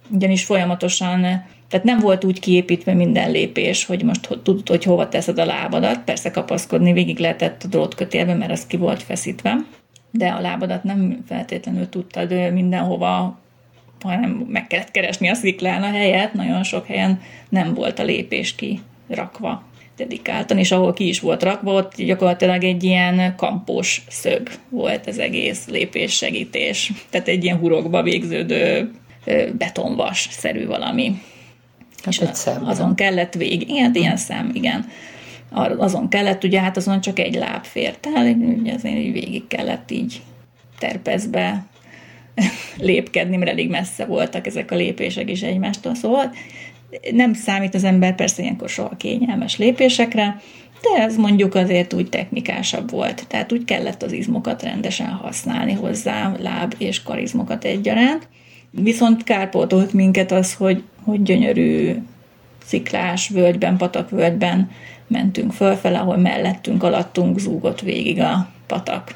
ugyanis folyamatosan, tehát nem volt úgy kiépítve minden lépés, hogy most tudod, hogy hova teszed a lábadat. Persze kapaszkodni végig lehetett a drótkötélbe, mert az ki volt feszítve, de a lábadat nem feltétlenül tudtad mindenhova, hanem meg kellett keresni a sziklán a helyet. Nagyon sok helyen nem volt a lépés kirakva dedikáltan, és ahol ki is volt rakva, ott gyakorlatilag egy ilyen kampós szög volt az egész lépéssegítés. Tehát egy ilyen hurokba végződő betonvas-szerű valami. Hát és azon kellett ilyen szem, igen. Azon kellett, ugye hát azon csak egy láb fért el, azért így végig kellett így terpezbe lépkedni, mert elég messze voltak ezek a lépések is egymástól, szóval nem számít az ember persze ilyenkor soha kényelmes lépésekre, de ez mondjuk azért úgy technikásabb volt, tehát úgy kellett az izmokat rendesen használni hozzá, láb és karizmokat egyaránt. Viszont kárpótolt minket az, hogy gyönyörű sziklás völgyben, patakvölgyben mentünk fölfele, ahol mellettünk, alattunk zúgott végig a patak.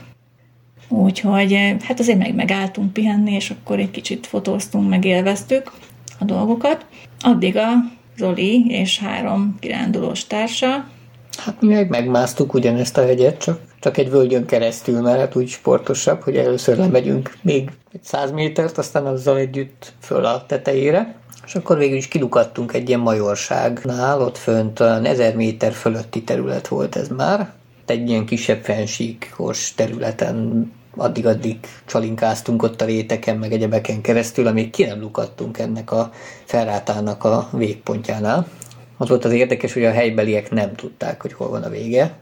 Úgyhogy hát azért megálltunk pihenni, és akkor egy kicsit fotóztunk, megélveztük a dolgokat. Addig a Zoli és 3 kirándulós társa. Hát mi megmásztuk ugyanezt a hegyet, csak egy völgyön keresztül, mert hát úgy sportosabb, hogy először lemegyünk még 100 métert, aztán azzal együtt föl a tetejére. És akkor végül is kilukadtunk egy ilyen majorságnál, ott fönt 1000 méter fölötti terület volt ez már. Egy ilyen kisebb fensíkos területen addig csalinkáztunk ott a réteken, meg egyebeken keresztül, amíg ki nem lukadtunk ennek a felrátának a végpontjánál. Az volt az érdekes, hogy a helybeliek nem tudták, hogy hol van a vége.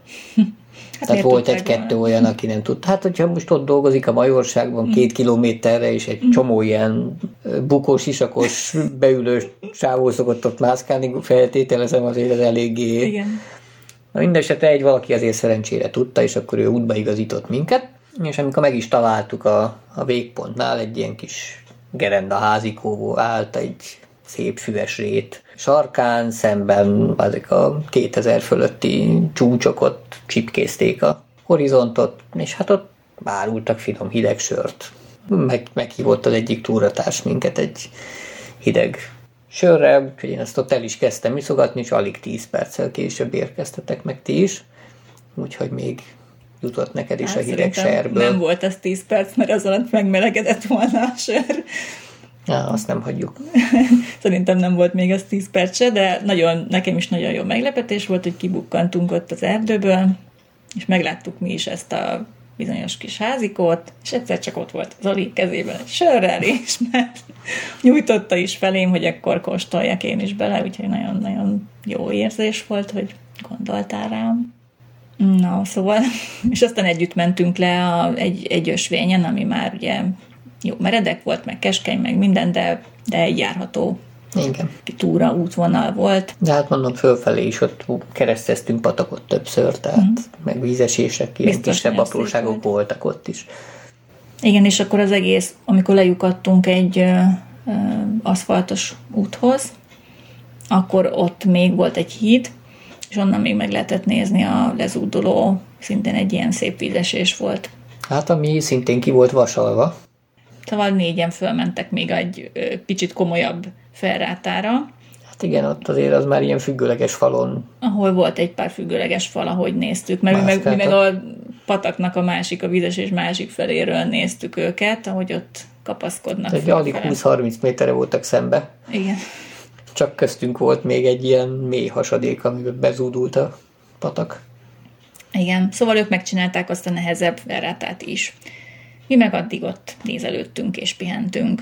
Hát tehát volt egy-kettő olyan, aki nem tudta. Hát, hogyha most ott dolgozik a majorságban 2 kilométerre, és egy csomó ilyen bukós, isakos, beülős sávó szokott ott mászkálni, feltételezem azért az eléggé. Igen. Na mindesetre egy valaki azért szerencsére tudta, és akkor ő útba igazított minket, és amikor meg is találtuk a végpontnál, egy ilyen kis gerenda házikó állt egy szép füves rét sarkán, szemben azok a 2000 fölötti csúcsok ott csipkézték a horizontot, és hát ott árultak finom hideg sört. Meghívott az egyik túratárs minket egy hideg sörre, úgyhogy én ezt ott el is kezdtem iszogatni, és alig 10 perccel később érkeztetek meg ti is, úgyhogy még jutott neked is a hideg serből. Nem volt ez 10 perc, mert az alatt megmelegedett volna a sör. Ja, azt nem hagyjuk. Szerintem nem volt még az 10 perc se, de nekem is nagyon jó meglepetés volt, hogy kibukkantunk ott az erdőből, és megláttuk mi is ezt a bizonyos kis házikót, és egyszer csak ott volt Zoli kezében egy sörrel, és mert nyújtotta is felém, hogy akkor kóstoljak én is bele, úgyhogy nagyon-nagyon jó érzés volt, hogy gondoltál rám. Na, szóval, és aztán együtt mentünk le egy ösvényen, ami már ugye jó meredek volt, meg keskeny, meg minden, de egy járható igen. túra, útvonal volt. De hát mondom, fölfelé is ott kereszteztünk patakot többször, tehát meg vízesések, ilyen kisebb apróságok voltak ott is. Igen, és akkor az egész, amikor lejukadtunk egy aszfaltos úthoz, akkor ott még volt egy híd, és onnan még meg lehetett nézni a lezúduló, szintén egy ilyen szép vízesés volt. Hát ami szintén ki volt vasalva. Szóval 4-en fölmentek még egy kicsit komolyabb felrátára. Hát igen, ott azért az már ilyen függőleges falon. Ahol volt egy pár függőleges fal, ahogy néztük, mert mi meg a pataknak a vízesés másik feléről néztük őket, ahogy ott kapaszkodnak. Tehát alig 20-30 méterre voltak szembe. Igen. Csak köztünk volt még egy ilyen mély hasadék, amiben bezúdult a patak. Igen, szóval ők megcsinálták azt a nehezebb felrátát is. Mi meg addig ott nézelődtünk és pihentünk.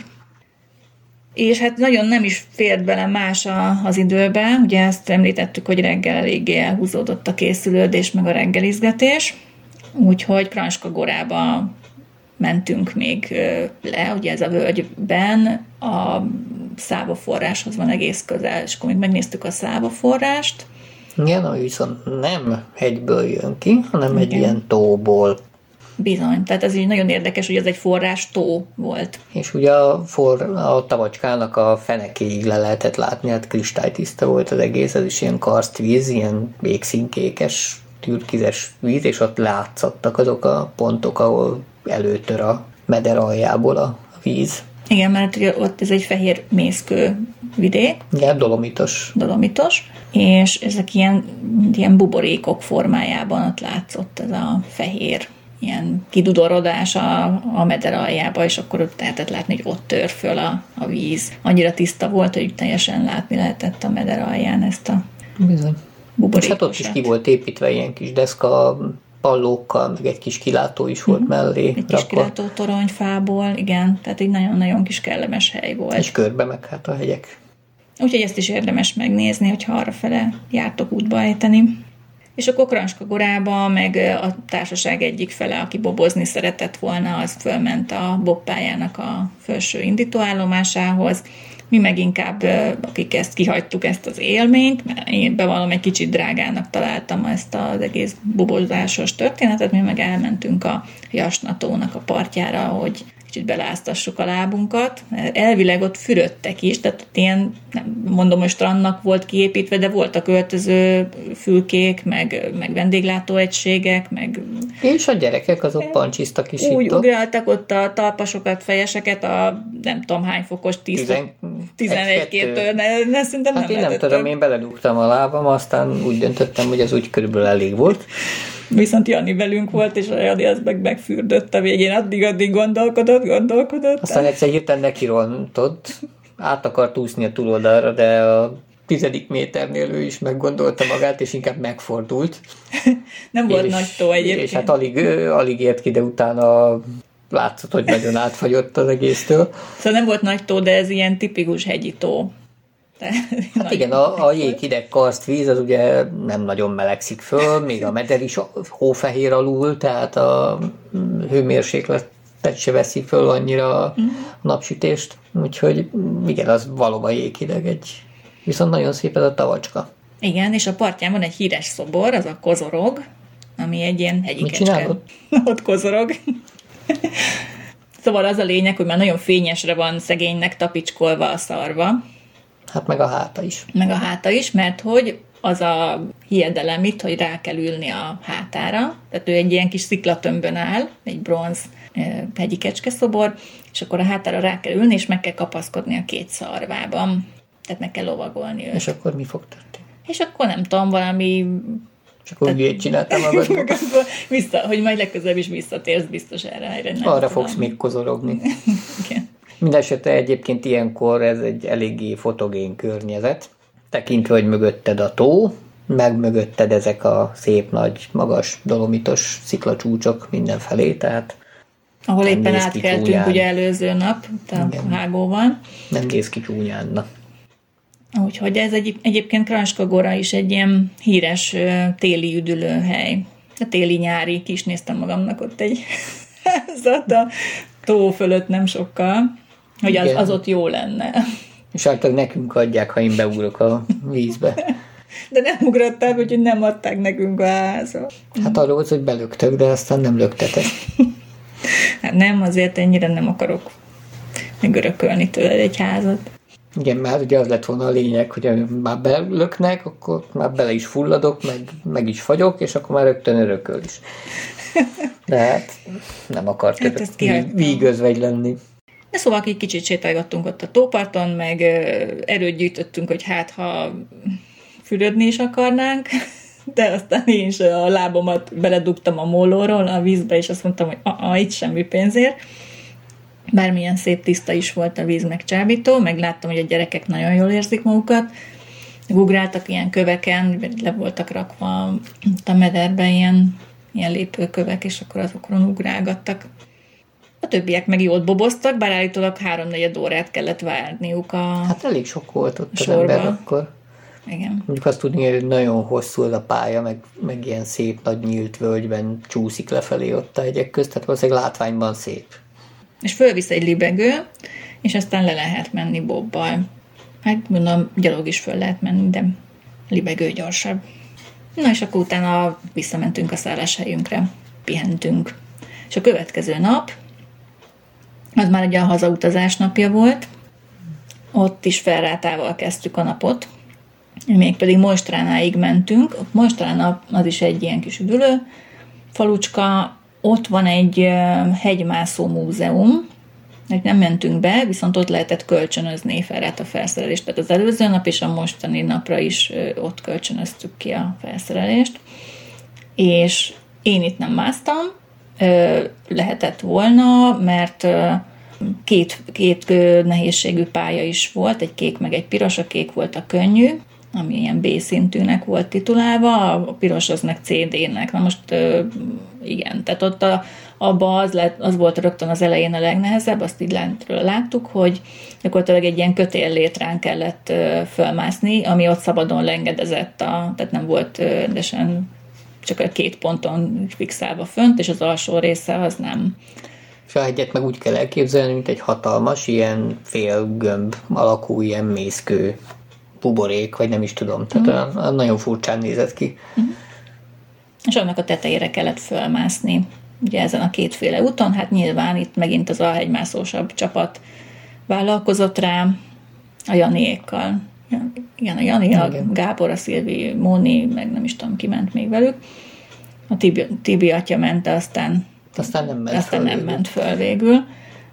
És hát nagyon nem is fért bele más az időbe, ugye ezt említettük, hogy reggel eléggé elhúzódott a készülődés, meg a reggelizgetés, úgyhogy Pranska Gorába mentünk még le, ugye ez a völgyben, a Száva forráshoz van egész közel, és akkor még megnéztük a Száva forrást. Igen, ami viszont nem hegyből jön ki, hanem egy ilyen tóból. Bizony, tehát ez így nagyon érdekes, hogy ez egy forrás tó volt. És ugye a tavacskának a fenekéig le lehetett látni, hát kristálytiszta volt az egész, ez is ilyen karsztvíz, ilyen végszínkékes, türkizes víz, és ott látszottak azok a pontok, ahol előtör a meder aljából a víz. Igen, mert ott ez egy fehér mészkő vidék. Igen, dolomitos. Dolomitos, és ezek ilyen buborékok formájában ott látszott ez a fehér ilyen kidudorodás a meder aljába, és akkor ott lehetett látni, hogy ott tör föl a víz. Annyira tiszta volt, hogy teljesen látni lehetett a meder alján ezt a buborékosat. És hát ott is ki volt építve ilyen kis deszka pallókkal, meg egy kis kilátó is volt mellé. Egy kis kilátó toronyfából, igen, tehát egy nagyon-nagyon kis kellemes hely volt. És körbe meg hát a hegyek. Úgyhogy ezt is érdemes megnézni, hogyha arrafele jártok útba ejteni. És akkor Kranjska Gorába, meg a társaság egyik fele, aki bobozni szeretett volna, az fölment a bobpályának a felső indítóállomásához. Mi meg inkább, akik ezt kihagytuk, ezt az élményt, mert én bevallom, egy kicsit drágának találtam ezt az egész bobozásos történetet, mi meg elmentünk a Jasnatónak a partjára, hogy kicsit beláztassuk a lábunkat. Elvileg ott fürödtek is, tehát ott ilyen, nem mondom, hogy strandnak volt kiépítve, de voltak öltöző fülkék, meg vendéglátóegységek, meg... És a gyerekek azok pancsiztak is úgy ugráltak ott a talpasokat, fejeseket, a nem tudom hány fokos, 11-2-től, ne szerintem hát nem én nem tudom, én beledugtam a lábam, aztán úgy döntöttem, hogy ez úgy körülbelül elég volt. Viszont Jani velünk volt, és a Jani az megfürdött a végén, addig gondolkodott. Aztán egyszer hirtelen nekirontott, át akart úszni a túloldalra, de a 10. méternél ő is meggondolta magát, és inkább megfordult. Nem volt nagy tó egyébként. És hát alig ért ki, de utána látszott, hogy nagyon átfagyott az egésztől. Szóval nem volt nagy tó, de ez ilyen tipikus hegyi tó. Hát igen, a jéghideg karstvíz az ugye nem nagyon melegszik föl, még a meder is hófehér alul, tehát a hőmérsékletet se veszi föl annyira a napsütést, úgyhogy igen, az valóban jéghideg viszont nagyon szép ez a tavacska. Igen, és a partján van egy híres szobor, az a Kozorog, ami egy ilyen hegyi kecske. Mit csinálod? Ott kozorog. Szóval az a lényeg, hogy már nagyon fényesre van szegénynek tapicskolva a szarva. Hát meg a háta is. Meg a háta is, mert hogy az a hiedelem itt, hogy rá kell ülni a hátára. Tehát ő egy ilyen kis sziklatömbön áll, egy bronz hegyi kecskeszobor, és akkor a hátára rá kell ülni, és meg kell kapaszkodni a két szarvában. Tehát meg kell lovagolni őt. És akkor mi fog történni? És akkor nem tudom, valami... És akkor hülyét csináltam magadnak. Hogy majd legközelebb is visszatérsz biztos erre. Arra fogsz még kozorogni. Igen. Mindenesetre egyébként ilyenkor ez egy eléggé fotogén környezet. Tekintve, hogy mögötted a tó, meg mögötted ezek a szép nagy, magas, dolomitos sziklacsúcsok mindenfelé, tehát ahol éppen átkeltünk ugye előző nap, a hágóban. Nem néz ki csúnyán. Úgyhogy ez egyébként Kranjska Gora is egy ilyen híres téli üdülőhely. A téli-nyári, ki is néztem magamnak ott egy házat a tó fölött nem sokkal, hogy az ott jó lenne. És általában nekünk adják, ha én beugrok a vízbe. De nem ugrottál, úgyhogy nem adták nekünk a házat. Hát arról volt, hogy belöktök, de aztán nem löktetek. Hát nem, azért ennyire nem akarok megörökölni tőled egy házat. Igen, már ugye az lett volna a lényeg, hogy már belöknek, akkor már bele is fulladok, meg is fagyok, és akkor már rögtön örököl is. De hát nem akart vígözvegy lenni. De szóval egy kicsit sétálgattunk ott a tóparton, meg erőt gyűjtöttünk, hogy hát ha fürödni is akarnánk, de aztán én is a lábamat beledugtam a mólóról a vízbe, és azt mondtam, hogy itt semmi pénzért. Bármilyen szép tiszta is volt a víz, meg csábító, meg láttam, hogy a gyerekek nagyon jól érzik magukat, ugráltak ilyen köveken, le voltak rakva a mederben ilyen lépőkövek, és akkor azokon ugrálgattak. A többiek meg jót boboztak, bár állítólag 3-4 órát kellett várniuk Hát elég sok volt ott az ember akkor. Igen. Mondjuk azt tudni, hogy nagyon hosszú az a pálya, meg ilyen szép nagy nyílt völgyben csúszik lefelé ott a hegyek közt, tehát valószínűleg látványban szép. És fölvisz egy libegő, és aztán le lehet menni bobbal. Hát mondom, gyalog is föl lehet menni, de libegő gyorsabb. Na és akkor utána visszamentünk a szálláshelyünkre, pihentünk. És a következő nap, az már ugye a hazautazás napja volt, ott is Ferrátával kezdtük a napot, mégpedig Mojstránáig mentünk. Mojstrána az is egy ilyen kis üdülő falucska, ott van egy hegymászó múzeum, nem mentünk be, viszont ott lehetett kölcsönözni Ferrata felszerelést, tehát az előző nap és a mostani napra is ott kölcsönöztük ki a felszerelést, és én itt nem másztam, lehetett volna, mert két nehézségű pálya is volt, egy kék meg egy piros, a kék volt a könnyű, ami ilyen B szintűnek volt titulálva, a piros az meg CD-nek. Na most igen, tehát ott abban az volt rögtön az elején a legnehezebb, azt így lentről láttuk, hogy gyakorlatilag egy ilyen kötéllétrán kellett fölmászni, ami ott szabadon leengedezett, tehát nem volt rendesen csak a 2 ponton fixálva fönt, és az alsó része az nem. És a hegyet meg úgy kell elképzelni, mint egy hatalmas, ilyen félgömb alakú, ilyen mészkő buborék, vagy nem is tudom. Tehát nagyon furcsán nézett ki. És annak a tetejére kellett fölmászni. Ugye ezen a kétféle úton, hát nyilván itt megint az alhegymászósabb csapat vállalkozott rá, a Janiékkal. Igen, a Jani, a Gábor, a Szilvi, Móni, meg nem is tudom, ki ment még velük. A Tibi atya ment, aztán nem ment föl végül.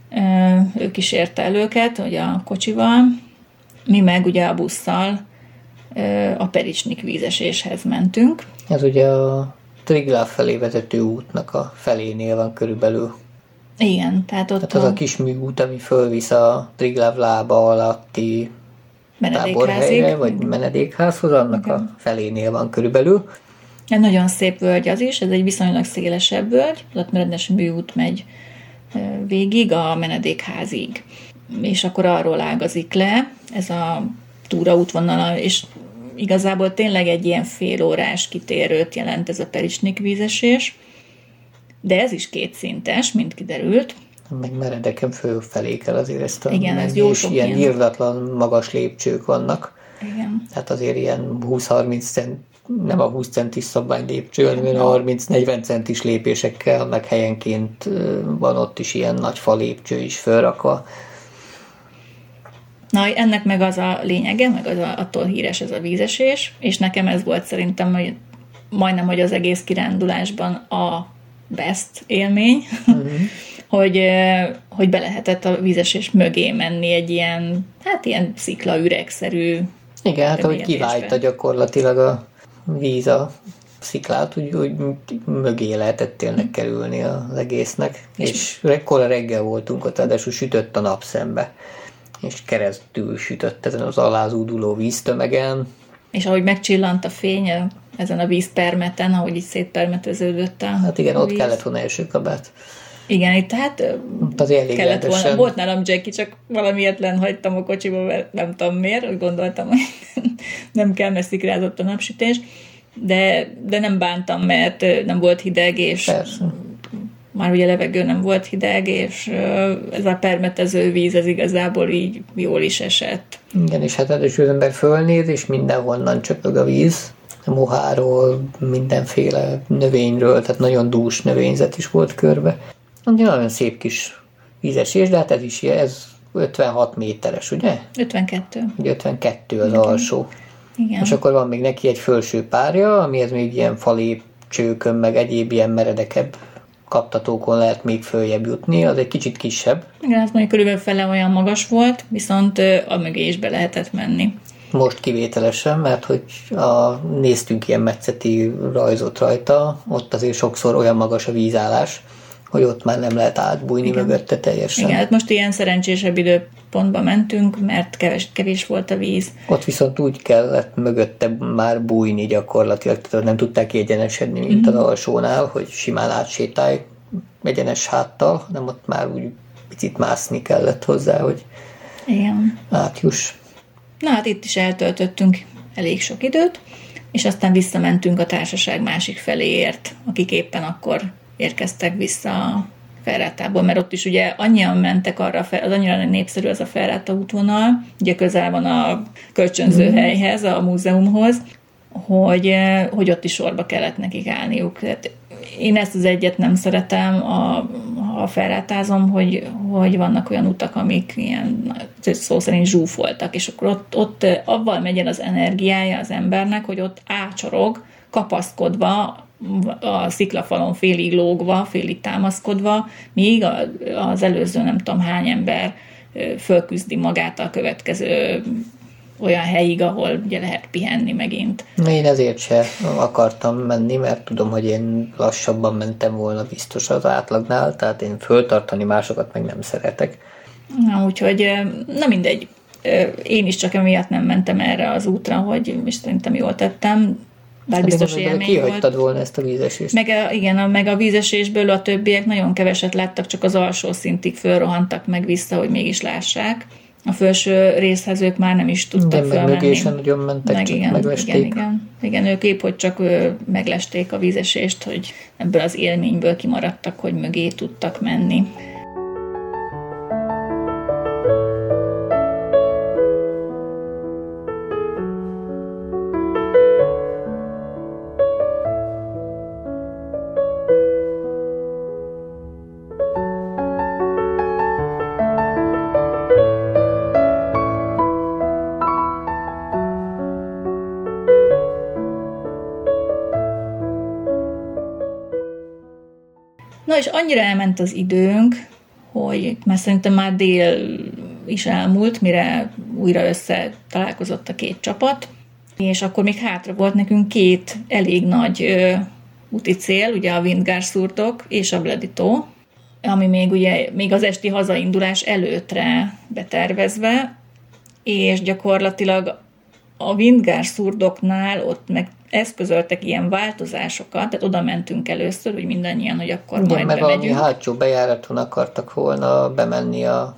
Ő kísérte el őket, hogy a kocsival. Mi meg ugye a busszal a Pericsnik vízeséshez mentünk. Ez ugye a Triglav felé vezető útnak a felénél van körülbelül. Igen, tehát ott az a kis műút, ami fölvisz a Triglav lába alatti táborhelyre, vagy menedékházhoz, annak a felénél van körülbelül. Egy nagyon szép völgy az is, ez egy viszonylag szélesebb völgy, ott rendes műút megy végig a menedékházig. És akkor arról ágazik le ez a túraútvonal, és igazából tényleg egy ilyen félórás kitérőt jelent ez a Pericsnik vízesés, de ez is kétszintes, mint kiderült. Meg meredeken fölfelé kell azért ezt a igen, ez jó sok ilyen irdatlan magas lépcsők vannak. Igen. Tehát azért ilyen 20-30 cent, nem a 20 centis szabvány lépcső, hanem a 30-40 centis lépésekkel, meg helyenként van ott is ilyen nagy fa lépcső is fölrakva. Na, ennek meg az a lényege, meg attól híres ez a vízesés, és nekem ez volt szerintem, hogy majdnem, hogy az egész kirándulásban a best élmény, hogy be lehetett a vízesés mögé menni egy ilyen, hát ilyen sziklaüregszerű. Igen, hát ahogy kivájta gyakorlatilag a víz a sziklát, úgy mögé lehetett tényleg kerülni az egésznek. És ekkora reggel voltunk ott, ráadásul sütött a nap szembe, és keresztül sütött ezen az alázúduló víztömegen. És ahogy megcsillant a fény ezen a vízpermeten, ahogy így szétpermeteződött a hát igen, a ott víz. kellett volna első kabát. Igen, itt hát kellett volna. Volt nálam Jackie, csak valamietlen hagytam a kocsiba, mert nem tudom miért, úgy gondoltam, hogy nem kell, mert szikrázott a napsütés, de nem bántam, mert nem volt hideg, és persze. Már ugye levegő nem volt hideg, és ez a permetező víz, ez igazából így jól is esett. Igen, és hát az ember fölnéz, és mindenhonnan csöpög a víz, a moháról, mindenféle növényről, tehát nagyon dús növényzet is volt körbe. Nagyon szép kis vízesés, de hát ez is ez 56 méteres, ugye? 52. Ugye 52 az alsó. Igen. És akkor van még neki egy felső párja, amihez még ilyen falépcsőkön, meg egyéb ilyen meredekebb kaptatókon lehet még följebb jutni, az egy kicsit kisebb. Igen, hát mondjuk körülbelül fele olyan magas volt, viszont a mögé is be lehetett menni. Most kivételesen, mert hogy néztünk ilyen metszeti rajzot rajta, ott azért sokszor olyan magas a vízállás, hogy ott már nem lehet átbújni mögötte teljesen. Igen, hát most ilyen szerencsésebb időpontba mentünk, mert kevés volt a víz. Ott viszont úgy kellett mögötte már bújni gyakorlatilag, tehát nem tudták kiegyenesedni, mint az alsónál, hogy simán átsétálj egyenes háttal, hanem ott már úgy picit mászni kellett hozzá, hogy igen. Átjuss. Na hát itt is eltöltöttünk elég sok időt, és aztán visszamentünk a társaság másik feléért, akik éppen akkor érkeztek vissza a Ferrátából, mert ott is ugye annyian mentek arra, az annyira népszerű az a Ferrata útvonal, ugye közel van a kölcsönző helyhez, a múzeumhoz, hogy ott is sorba kellett nekik állniuk. Tehát én ezt az egyet nem szeretem, ha felrátázom, hogy vannak olyan utak, amik ilyen szó szerint zsúfoltak, és akkor ott avval megyen az energiája az embernek, hogy ott ácsorog, kapaszkodva a sziklafalon félig lógva, félig támaszkodva, míg az előző nem tudom hány ember fölküzdi magát a következő olyan helyig, ahol ugye lehet pihenni megint. Én ezért se akartam menni, mert tudom, hogy én lassabban mentem volna biztos az átlagnál, tehát én föltartani másokat meg nem szeretek. Na, úgyhogy, na mindegy, én is csak emiatt nem mentem erre az útra, hogy szerintem jól tettem, bár biztos élmény volt. Kihagytad volna ezt a vízesést. Meg a vízesésből a többiek nagyon keveset láttak, csak az alsó szintig fölrohantak meg vissza, hogy mégis lássák. A felső részhez ők már nem is tudtak fölmenni. Meg mögé sem nagyon mentek, csak meglesték. Igen, ők épp, hogy csak meglesték a vízesést, hogy ebből az élményből kimaradtak, hogy mögé tudtak menni. Na és annyira elment az időnk, hogy már szerintem már dél is elmúlt, mire újra találkozott a két csapat, és akkor még hátra volt nekünk két elég nagy úti cél, ugye a Vindgárszurdok és a Bledito, ami még az esti hazaindulás előttre betervezve, és gyakorlatilag a Vindgárszurdoknál ott meg eszközöltek ilyen változásokat, tehát oda mentünk először, hogy mindannyian, hogy akkor majd bemegyünk. Valami hátsó bejáraton akartak volna bemenni a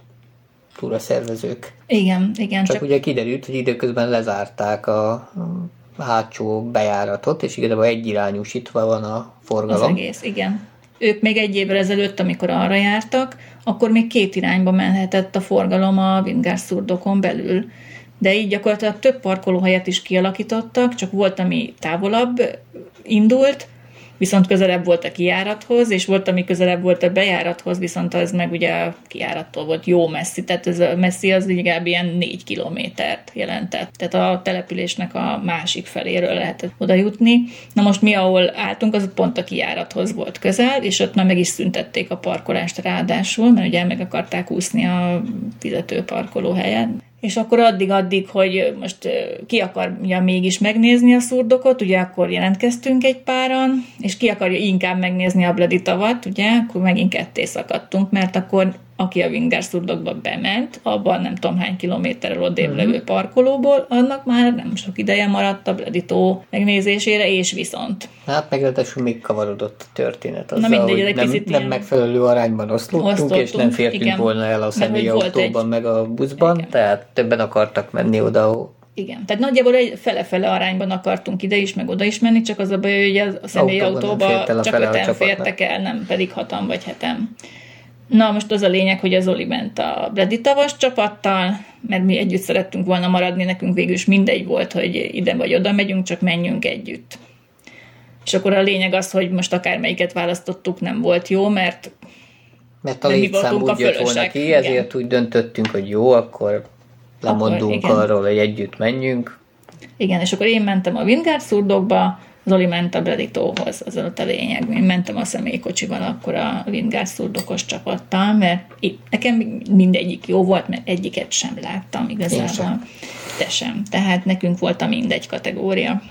túraszervezők. Igen. Csak ugye kiderült, hogy időközben lezárták a hátsó bejáratot, és igazából egyirányúsítva van a forgalom. Az egész, igen. Ők még egy évvel ezelőtt, amikor arra jártak, akkor még két irányba menhetett a forgalom a Vindgárszurdokon belül. De így gyakorlatilag több parkolóhelyet is kialakítottak, csak volt, ami távolabb indult, viszont közelebb volt a kijárathoz, és volt, ami közelebb volt a bejárathoz, viszont az meg ugye a kijárattól volt jó messzi, tehát ez a messzi az inkább ilyen 4 kilométert jelentett. Tehát a településnek a másik feléről lehetett oda jutni. Na most mi, ahol álltunk, az pont a kijárathoz volt közel, és ott már meg is szüntették a parkolást ráadásul, mert ugye meg akarták úszni a fizető parkolóhelyet. És akkor addig, hogy most ki akarja mégis megnézni a szurdokot, ugye akkor jelentkeztünk egy páran, és ki akarja inkább megnézni a Bleditavat, ugye, akkor megint ketté szakadtunk, mert akkor aki a Vindgárszurdokba bement, abban nem tudom hány kilométerrel odébb levő parkolóból, annak már nem sok ideje maradt a Bledito megnézésére, és viszont. Hát meglehetősen még kavarodott a történet azzal, hogy nem megfelelő arányban oszlottunk, és nem fértünk volna el a személyautóban, meg a buszban, tehát többen akartak menni oda. Igen, tehát nagyjából egy fele-fele arányban akartunk ide is, meg oda is menni, csak az a baj, hogy a személyautóba csak 5-en fértek el, nem pedig 6-an vagy 7-en. Na, most az a lényeg, hogy az Zoli ment a Bleditavas csapattal, mert mi együtt szerettünk volna maradni, nekünk végül is mindegy volt, hogy ide vagy oda megyünk, csak menjünk együtt. És akkor a lényeg az, hogy most akármelyiket választottuk, nem volt jó, mert a létszám úgy jött volna ki, ezért úgy döntöttünk, hogy jó, akkor lemondunk arról, hogy együtt menjünk. Igen, és akkor én mentem a Vindgárszurdokba, Zoli ment a Bleditóhoz, az volt a lényeg. Én mentem a személykocsival akkor a Vindgárszurdokos csapattal, mert nekem mindegyik jó volt, mert egyiket sem láttam igazából. Te sem. Tehát nekünk volt a mindegy kategória.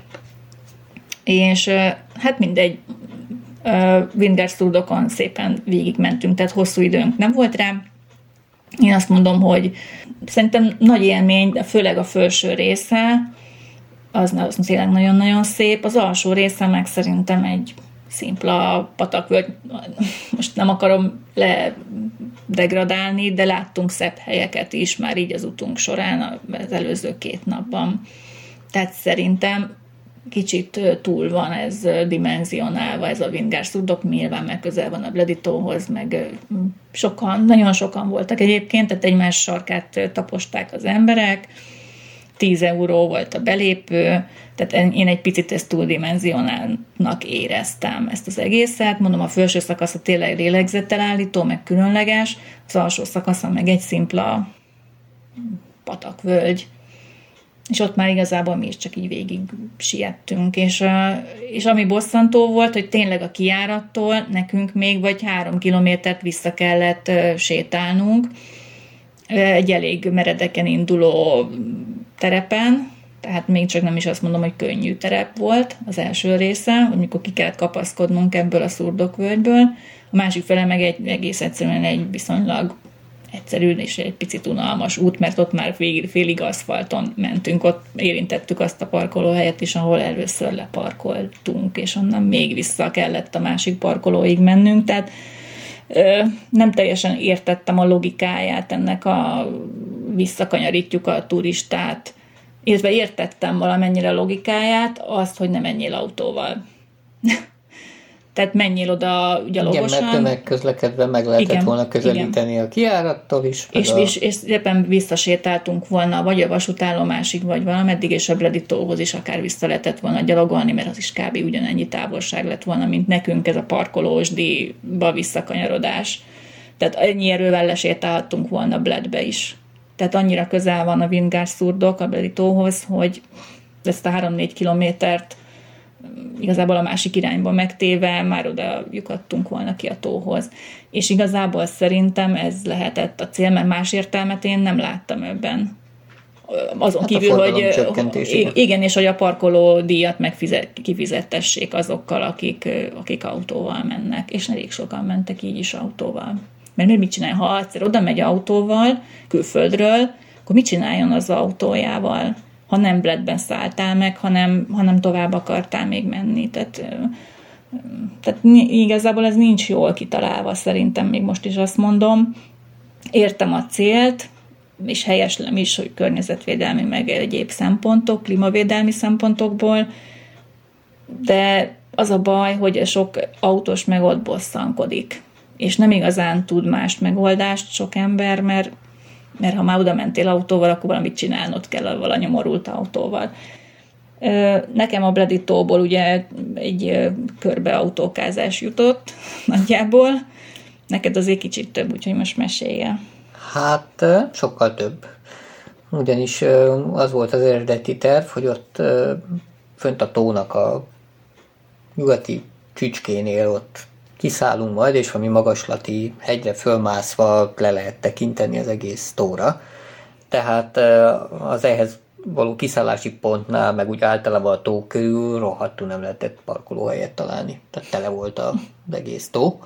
És hát mindegy, Vindgárszurdokon szépen végigmentünk, tehát hosszú időnk nem volt rá. Én azt mondom, hogy szerintem nagy élmény, de főleg a felső része, az tényleg nagyon-nagyon szép. Az alsó része meg szerintem egy szimpla patakvölgy. Most nem akarom ledegradálni, de láttunk szebb helyeket is már így az utunk során az előző 2 napban. Tehát szerintem kicsit túl van ez dimenzionálva, ez a Vindgárszurdok, nyilván meg közel van a Bleditóhoz, meg nagyon sokan voltak egyébként, tehát egymás sarkát taposták az emberek, 10 euró volt a belépő, tehát én egy picit ezt túldimenzionálnak éreztem ezt az egészet. Mondom, a felső szakasza tényleg lélegzettelállító, meg különleges, az alsó szakasza meg egy szimpla patakvölgy. És ott már igazából mi is csak így végig siettünk, és ami bosszantó volt, hogy tényleg a kijárattól nekünk még vagy 3 kilométert vissza kellett sétálnunk, egy elég meredeken induló terepen, tehát még csak nem is azt mondom, hogy könnyű terep volt az első része, amikor ki kellett kapaszkodnunk ebből a szurdokvölgyből, a másik fele meg egész egyszerűen egy viszonylag egyszerű és egy picit unalmas út, mert ott már félig aszfalton mentünk, ott érintettük azt a parkolóhelyet is, ahol először leparkoltunk, és onnan még vissza kellett a másik parkolóig mennünk, tehát nem teljesen értettem a logikáját ennek a visszakanyarítjuk a turistát, illetve értettem valamennyire a logikáját, azt, hogy nem menjél autóval. Tehát menjél oda gyalogosan. Igen, mert tömegközlekedve meg lehetett volna közelíteni a kijárattól is. És éppen visszasétáltunk volna, vagy a vasútállomásig, vagy valameddig, és a Bledi tóhoz is akár vissza lehetett volna gyalogolni, mert az is kb. Ugyanennyi távolság lett volna, mint nekünk ez a parkolósdíjba visszakanyarodás. Tehát ennyi erővel lesétálhattunk volna Bledbe is. Tehát annyira közel van a Wingard-szurdok a Bledi tóhoz, hogy ezt a 3-4 kilométert igazából a másik irányba megtéve már oda lyukadtunk volna ki a tóhoz. És igazából szerintem ez lehetett a cél, mert más értelmet én nem láttam ebben. Azon kívül, hogy igen, és hogy a parkoló díjat kifizettessék azokkal, akik autóval mennek. És elég sokan mentek így is autóval. Mert mit csinálj, ha egyszer oda megy autóval, külföldről, akkor mit csináljon az autójával? Ha nem Bledben szálltál meg, hanem tovább akartál még menni. Tehát igazából ez nincs jól kitalálva, szerintem még most is azt mondom. Értem a célt, és helyeslem is, hogy környezetvédelmi meg egyéb szempontok, klímavédelmi szempontokból, de az a baj, hogy sok autós meg ott bosszankodik, és nem igazán tud más megoldást sok ember, mert ha már oda mentél autóval, akkor valamit csinálnod kell a nyomorult autóval. Nekem a Bledi tóból ugye egy körbeautókázás jutott nagyjából. Neked azért kicsit több, úgyhogy most mesélj el. Hát sokkal több. Ugyanis az volt az eredeti terv, hogy ott fönt a tónak a nyugati csücskénél ott kiszállunk majd, és valami magaslati hegyre fölmászva le lehet tekinteni az egész tóra. Tehát az ehhez való kiszállási pontnál, meg úgy általában a tó körül rohadtul nem lehetett parkolóhelyet találni. Tehát tele volt az egész tó.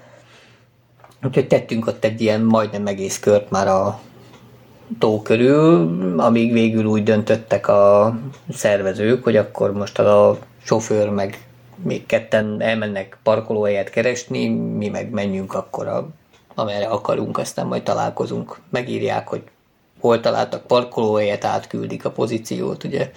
Úgyhogy tettünk ott egy ilyen majdnem egész kört már a tó körül, amíg végül úgy döntöttek a szervezők, hogy akkor most a sofőr meg még ketten elmennek parkolóhelyet keresni, mi meg menjünk akkor amerre akarunk, aztán majd találkozunk. Megírják, hogy hol találtak parkolóhelyet, átküldik a pozíciót, ugye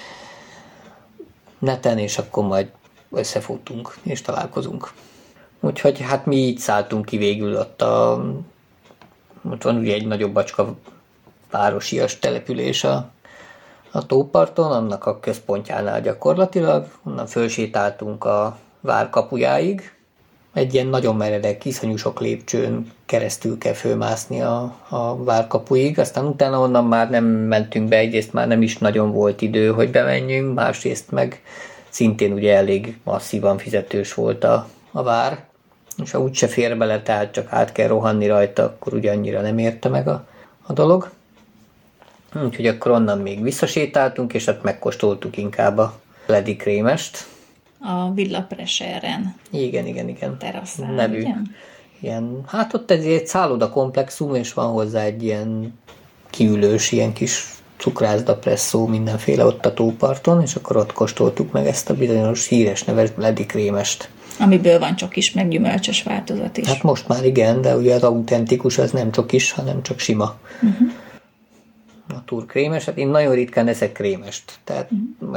neten, és akkor majd összefutunk, és találkozunk. Úgyhogy hát mi így szálltunk ki végül ott van ugye egy nagyobb bacska városias település a tóparton, annak a központjánál gyakorlatilag, onnan fölsétáltunk a vár kapujáig. Egy ilyen nagyon meredek, iszonyú sok lépcsőn keresztül kell fölmászni a vár kapuig, aztán utána onnan már nem mentünk be, egyrészt már nem is nagyon volt idő, hogy bemenjünk, másrészt meg szintén ugye elég masszívan fizetős volt a vár, és ha úgyse fér bele, tehát csak át kell rohanni rajta, akkor ugye annyira nem érte meg a dolog. Úgyhogy akkor onnan még visszasétáltunk, és hát megkóstoltuk inkább a Bledi krémest. A Villa Preseren. Igen. Teraszán, nevű. Ilyen, hát ott egy szálloda komplexum, és van hozzá egy ilyen kiülős, ilyen kis cukrászda presszó, mindenféle ott a tóparton, és akkor ott kóstoltuk meg ezt a bizonyos híres neves Bledi krémest. Amiből van csokis, meg gyümölcsös változat is. Hát most már igen, de ugye az autentikus az nem csokis, hanem csak sima. Uh-huh. A turkrémes, hát én nagyon ritkán eszek krémest, tehát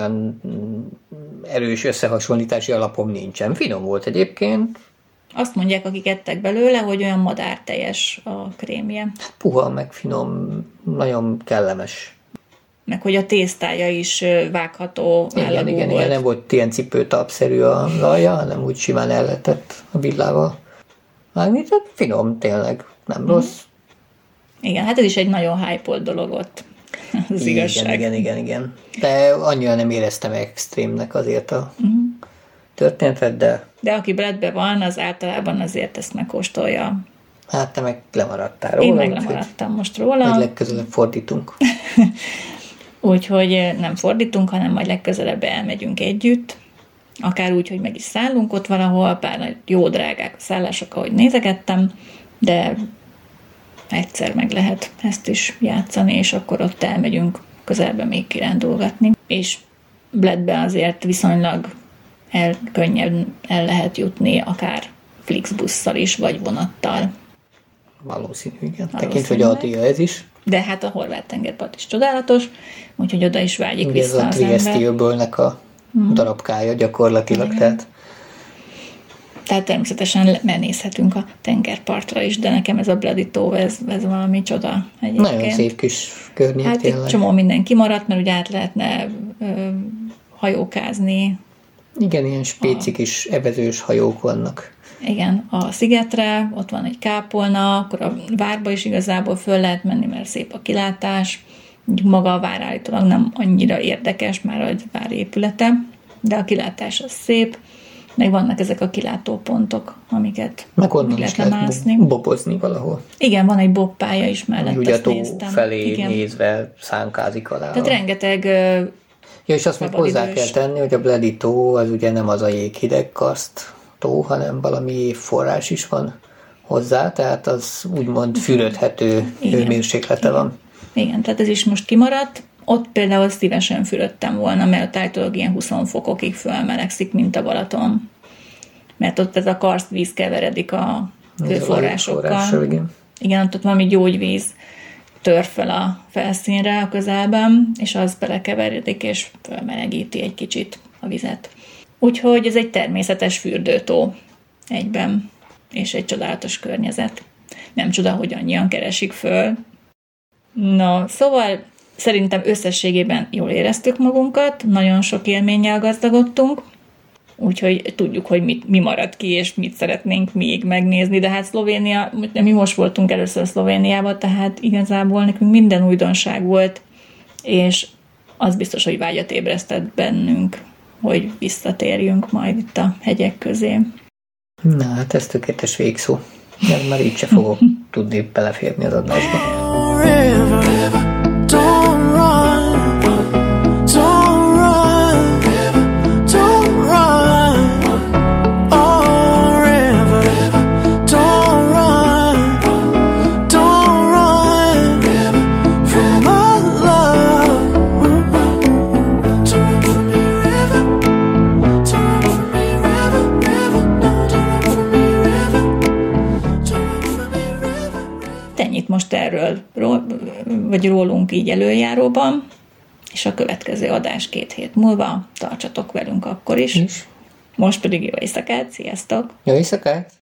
erős összehasonlítási alapom nincsen. Finom volt egyébként. Azt mondják, akik ettek belőle, hogy olyan madárteljes a krémje. Puha, meg finom, nagyon kellemes. Meg hogy a tésztája is vágható állagú volt. Igen, nem volt ilyen cipőtalpszerű a alja, hanem úgy simán el lehetett a villával vágni, tehát finom, tényleg, nem rossz. Igen, hát ez is egy nagyon hype-olt dolog ott. az igazság. Igen. De annyira nem éreztem extrémnek azért a történetet, de... De aki Bradbe van, az általában azért ezt megkóstolja. Hát te meg lemaradtál róla. Én meg lemaradtam most róla. Majd legközelebb fordítunk. Úgyhogy nem fordítunk, hanem majd legközelebb elmegyünk együtt. Akár úgy, hogy meg is szállunk ott valahol, pár jó drágák a szállások, ahogy nézegettem, de egyszer meg lehet ezt is játszani, és akkor ott elmegyünk közelbe még kirándulgatni. És Bladbe azért viszonylag könnyen el lehet jutni, akár Flixbusszal is, vagy vonattal. Valószínű, igen. Tekintve, hogy Adria ez is. De hát a horvát tengerpart is csodálatos, úgyhogy oda is vágyik vissza az ember. Ez a Triesti öbölnek a darabkája gyakorlatilag. Tehát természetesen nézhetünk a tengerpartra is, de nekem ez a Bloody Toe, ez valami csoda egyébként. Nagyon szép kis környék hát tényleg. Egy csomó minden kimaradt, mert ugye át lehetne hajókázni. Igen, ilyen spéci kis evezős hajók vannak. Igen, a szigetre, ott van egy kápolna, akkor a várba is igazából föl lehet menni, mert szép a kilátás. Maga a vár állítólag nem annyira érdekes, már a vár épülete, de a kilátás az szép, meg vannak ezek a kilátópontok, amiket meg onnan is lehet bobozni valahol. Igen, van egy bobpálya is mellett, ugye azt a tó néztem. felé igen. nézve szánkázik alá. Tehát rengeteg ja, és azt még hozzá kell tenni, hogy a Bloody Toe az ugye nem az a jéghideg karszt tó, hanem valami évforrás is van hozzá, tehát az úgymond fürödhető hőmérséklete van. Igen, tehát ez is most kimaradt. Ott például szívesen fürödtem volna, mert állítólag ilyen 20 fokokig fölmelegszik, mint a Balaton. Mert ott ez a karsztvíz keveredik a hőforrásokkal. Igen, ott valami gyógyvíz tör fel a felszínre a közelben, és az belekeveredik, és fölmelegíti egy kicsit a vizet. Úgyhogy ez egy természetes fürdőtó egyben, és egy csodálatos környezet. Nem csoda, hogy annyian keresik föl. No, szóval szerintem összességében jól éreztük magunkat, nagyon sok élménnyel gazdagodtunk, úgyhogy tudjuk, hogy mi marad ki, és mit szeretnénk még megnézni, de hát Szlovénia, mi most voltunk először Szlovéniában, tehát igazából nekünk minden újdonság volt, és az biztos, hogy vágyat ébresztett bennünk, hogy visszatérjünk majd itt a hegyek közé. Na, hát ez tökéletes végszó. Mert már így se fogok tudni beleférni az adásba. Most erről, vagy rólunk így előjáróban, és a következő adás 2 hét múlva. Tartsatok velünk akkor is. Most pedig jó éjszakát, sziasztok! Jó éjszakát!